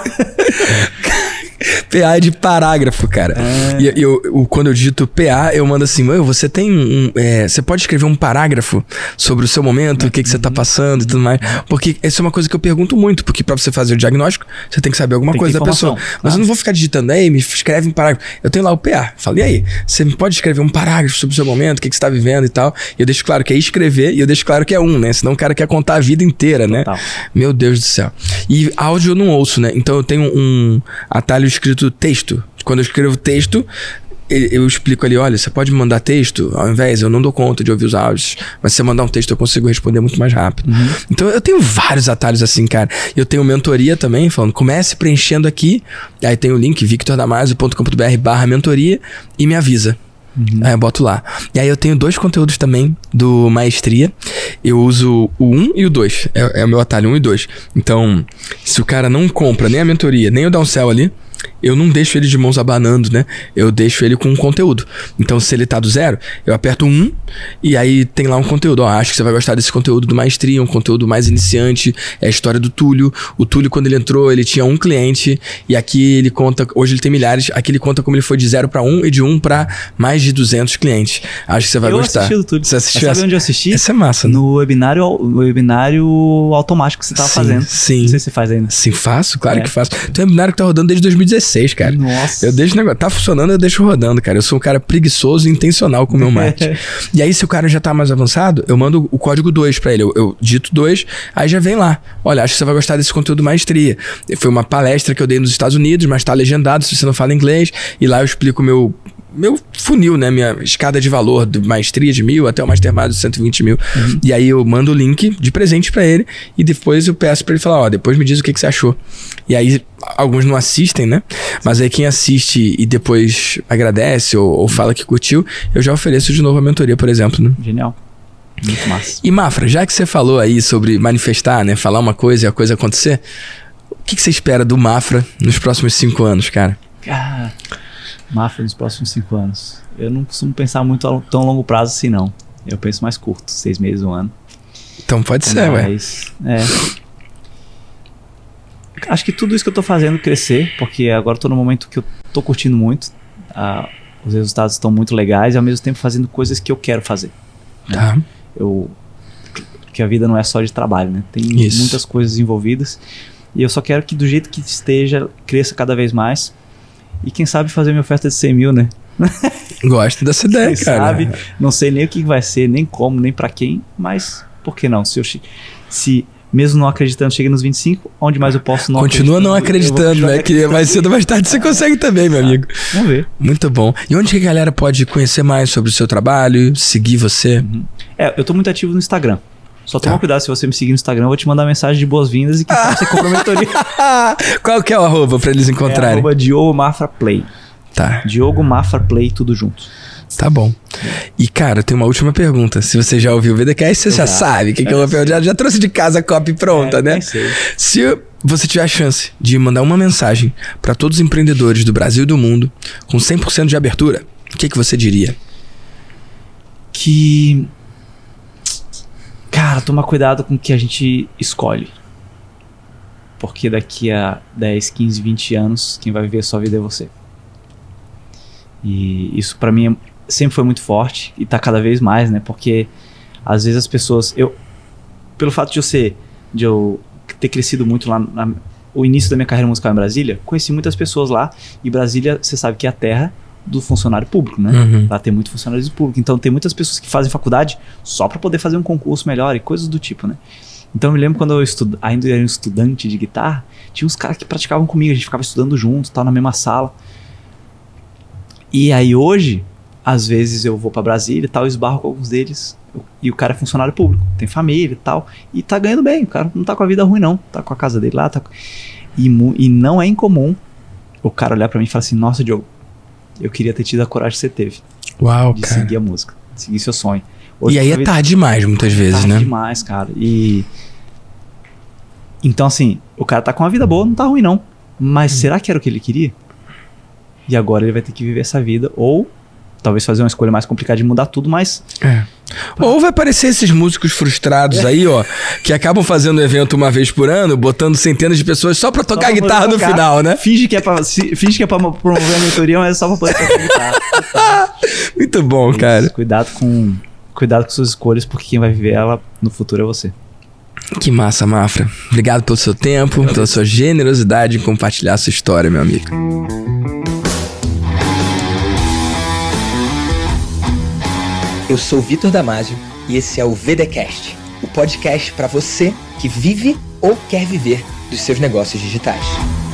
PA é de parágrafo, cara. E quando eu digito PA, eu mando assim, você tem você pode escrever um parágrafo sobre o seu momento, o que você tá passando e tudo mais. Porque essa é uma coisa que eu pergunto muito, porque pra você fazer o diagnóstico, você tem que saber alguma coisa da pessoa. Mas eu não vou ficar digitando, me escreve um parágrafo. Eu tenho lá o PA. Falo, e aí? Você pode escrever um parágrafo sobre o seu momento, o que você tá vivendo e tal. E eu deixo claro que é escrever, e eu deixo claro que é né? Senão o cara quer contar a vida inteira, Total. né? Meu Deus do céu. E áudio eu não ouço, né? Então eu tenho um atalho escrito texto. Quando eu escrevo texto, eu explico ali, olha, você pode me mandar texto, ao invés, eu não dou conta de ouvir os áudios, mas se você mandar um texto eu consigo responder muito mais rápido. Então eu tenho vários atalhos assim, cara. Eu tenho mentoria também, falando, comece preenchendo aqui, aí tem o link victordamasio.com.br/mentoria e me avisa. Aí eu boto lá. E aí eu tenho 2 conteúdos também do Maestria. Eu uso o 1 e o 2. É o meu atalho 1 e 2. Então, se o cara não compra nem a mentoria, nem o downsell ali, eu não deixo ele de mãos abanando, né? Eu deixo ele com um conteúdo. Então, se ele tá do zero, eu aperto 1 e aí tem lá um conteúdo. Acho que você vai gostar desse conteúdo do Maestria, um conteúdo mais iniciante. É a história do Túlio. O Túlio, quando ele entrou, ele tinha um cliente e aqui ele conta, hoje ele tem milhares, aqui ele conta como ele foi de 0 para 1 e de 1 para mais de 200 clientes. Acho que você vai gostar. Eu assisti do Túlio. Você assistiu? Sabe onde eu assisti? Essa é massa, né? No webinário automático que você tava fazendo. Sim. Não sei se você faz ainda. Sim, faço, claro que faço. Tem um webinário que tá rodando desde 2016, cara. Nossa. Eu deixo o negócio, tá funcionando, eu deixo rodando, cara. Eu sou um cara preguiçoso e intencional com o meu marketing. E aí, se o cara já tá mais avançado, eu mando o código 2 pra ele. Eu dito 2, aí já vem lá. Olha, acho que você vai gostar desse conteúdo Maestria. Foi uma palestra que eu dei nos Estados Unidos, mas tá legendado se você não fala inglês. E lá eu explico meu funil, né? Minha escada de valor do Maestria de 1.000 até o Mastermind de 120 mil. E aí eu mando o link de presente pra ele e depois eu peço pra ele falar, depois me diz o que você achou. E aí alguns não assistem, né? Mas aí quem assiste e depois agradece ou fala que curtiu, eu já ofereço de novo a mentoria, por exemplo, né? Genial. Muito massa. E Mafra, já que você falou aí sobre manifestar, né? Falar uma coisa e a coisa acontecer, o que você espera do Mafra nos próximos 5 anos, cara? Mafra nos próximos 5 anos. Eu não costumo pensar muito a tão longo prazo assim, não. Eu penso mais curto, 6 meses, 1 ano. Então pode ser, ué. Acho que tudo isso que eu tô fazendo crescer, porque agora eu tô num momento que eu tô curtindo muito. Os resultados estão muito legais e ao mesmo tempo fazendo coisas que eu quero fazer. Tá. Né? Porque a vida não é só de trabalho, né? Tem muitas coisas envolvidas. E eu só quero que do jeito que esteja, cresça cada vez mais. E quem sabe fazer minha oferta de 100 mil, né? Gosto dessa ideia, quem cara. Sabe, não sei nem o que vai ser, nem como, nem pra quem, mas por que não? Se mesmo não acreditando, chega nos 25, onde mais eu posso não Continua não acreditando, né? Que mais cedo ou mais tarde você consegue também, meu amigo. Vamos ver. Muito bom. E onde que a galera pode conhecer mais sobre o seu trabalho, seguir você? Eu tô muito ativo no Instagram. Só toma cuidado, se você me seguir no Instagram, eu vou te mandar mensagem de boas-vindas e quem sabe você compra a mentoria. Qual que é o arroba pra eles encontrarem? Diogo Mafra Play. Tá. Diogo Mafra Play, tudo junto. Tá bom. E, cara, tem uma última pergunta. Se você já ouviu o VDcast, você já sabe o que eu vou perguntar. Já trouxe de casa a copy pronta, né? Se você tiver a chance de mandar uma mensagem pra todos os empreendedores do Brasil e do mundo com 100% de abertura, o que você diria? Cara, toma cuidado com o que a gente escolhe. Porque daqui a 10, 15, 20 anos, quem vai viver a sua vida é você. E isso pra mim sempre foi muito forte e tá cada vez mais, né? Porque às vezes as pessoas... Pelo fato de eu ter crescido muito lá o início da minha carreira musical em Brasília, conheci muitas pessoas lá. E Brasília, você sabe que é a terra do funcionário público, né? Lá tem muito funcionário público. Então tem muitas pessoas que fazem faculdade só pra poder fazer um concurso melhor e coisas do tipo, né? Então eu me lembro quando eu ainda era um estudante de guitarra, tinha uns caras que praticavam comigo, a gente ficava estudando junto, tal, na mesma sala. E aí hoje, às vezes eu vou pra Brasília e tal, esbarro com alguns deles, e o cara é funcionário público, tem família e tal, e tá ganhando bem, o cara não tá com a vida ruim não, tá com a casa dele lá, e não é incomum o cara olhar pra mim e falar assim, nossa, Diogo, eu queria ter tido a coragem que você teve. Uau, de cara. seguir a música, de seguir seu sonho. Hoje, E aí é tarde demais, muitas vezes, né? demais, cara. E então, assim, o cara tá com uma vida boa, não tá ruim, não. Mas será que era o que ele queria? E agora ele vai ter que viver essa vida, ou talvez fazer uma escolha mais complicada de mudar tudo, mas... Ou vai aparecer esses músicos frustrados aí, ó, que acabam fazendo um evento uma vez por ano, botando centenas de pessoas só pra tocar guitarra no final, né? Finge que é pra promover a mentoria, mas é só pra poder tocar guitarra. Muito bom, cara. Cuidado com suas escolhas, porque quem vai viver ela no futuro é você. Que massa, Mafra. Obrigado pelo seu tempo, pela sua generosidade em compartilhar a sua história, meu amigo. Eu sou o Vitor Damasio e esse é o VDcast, o podcast para você que vive ou quer viver dos seus negócios digitais.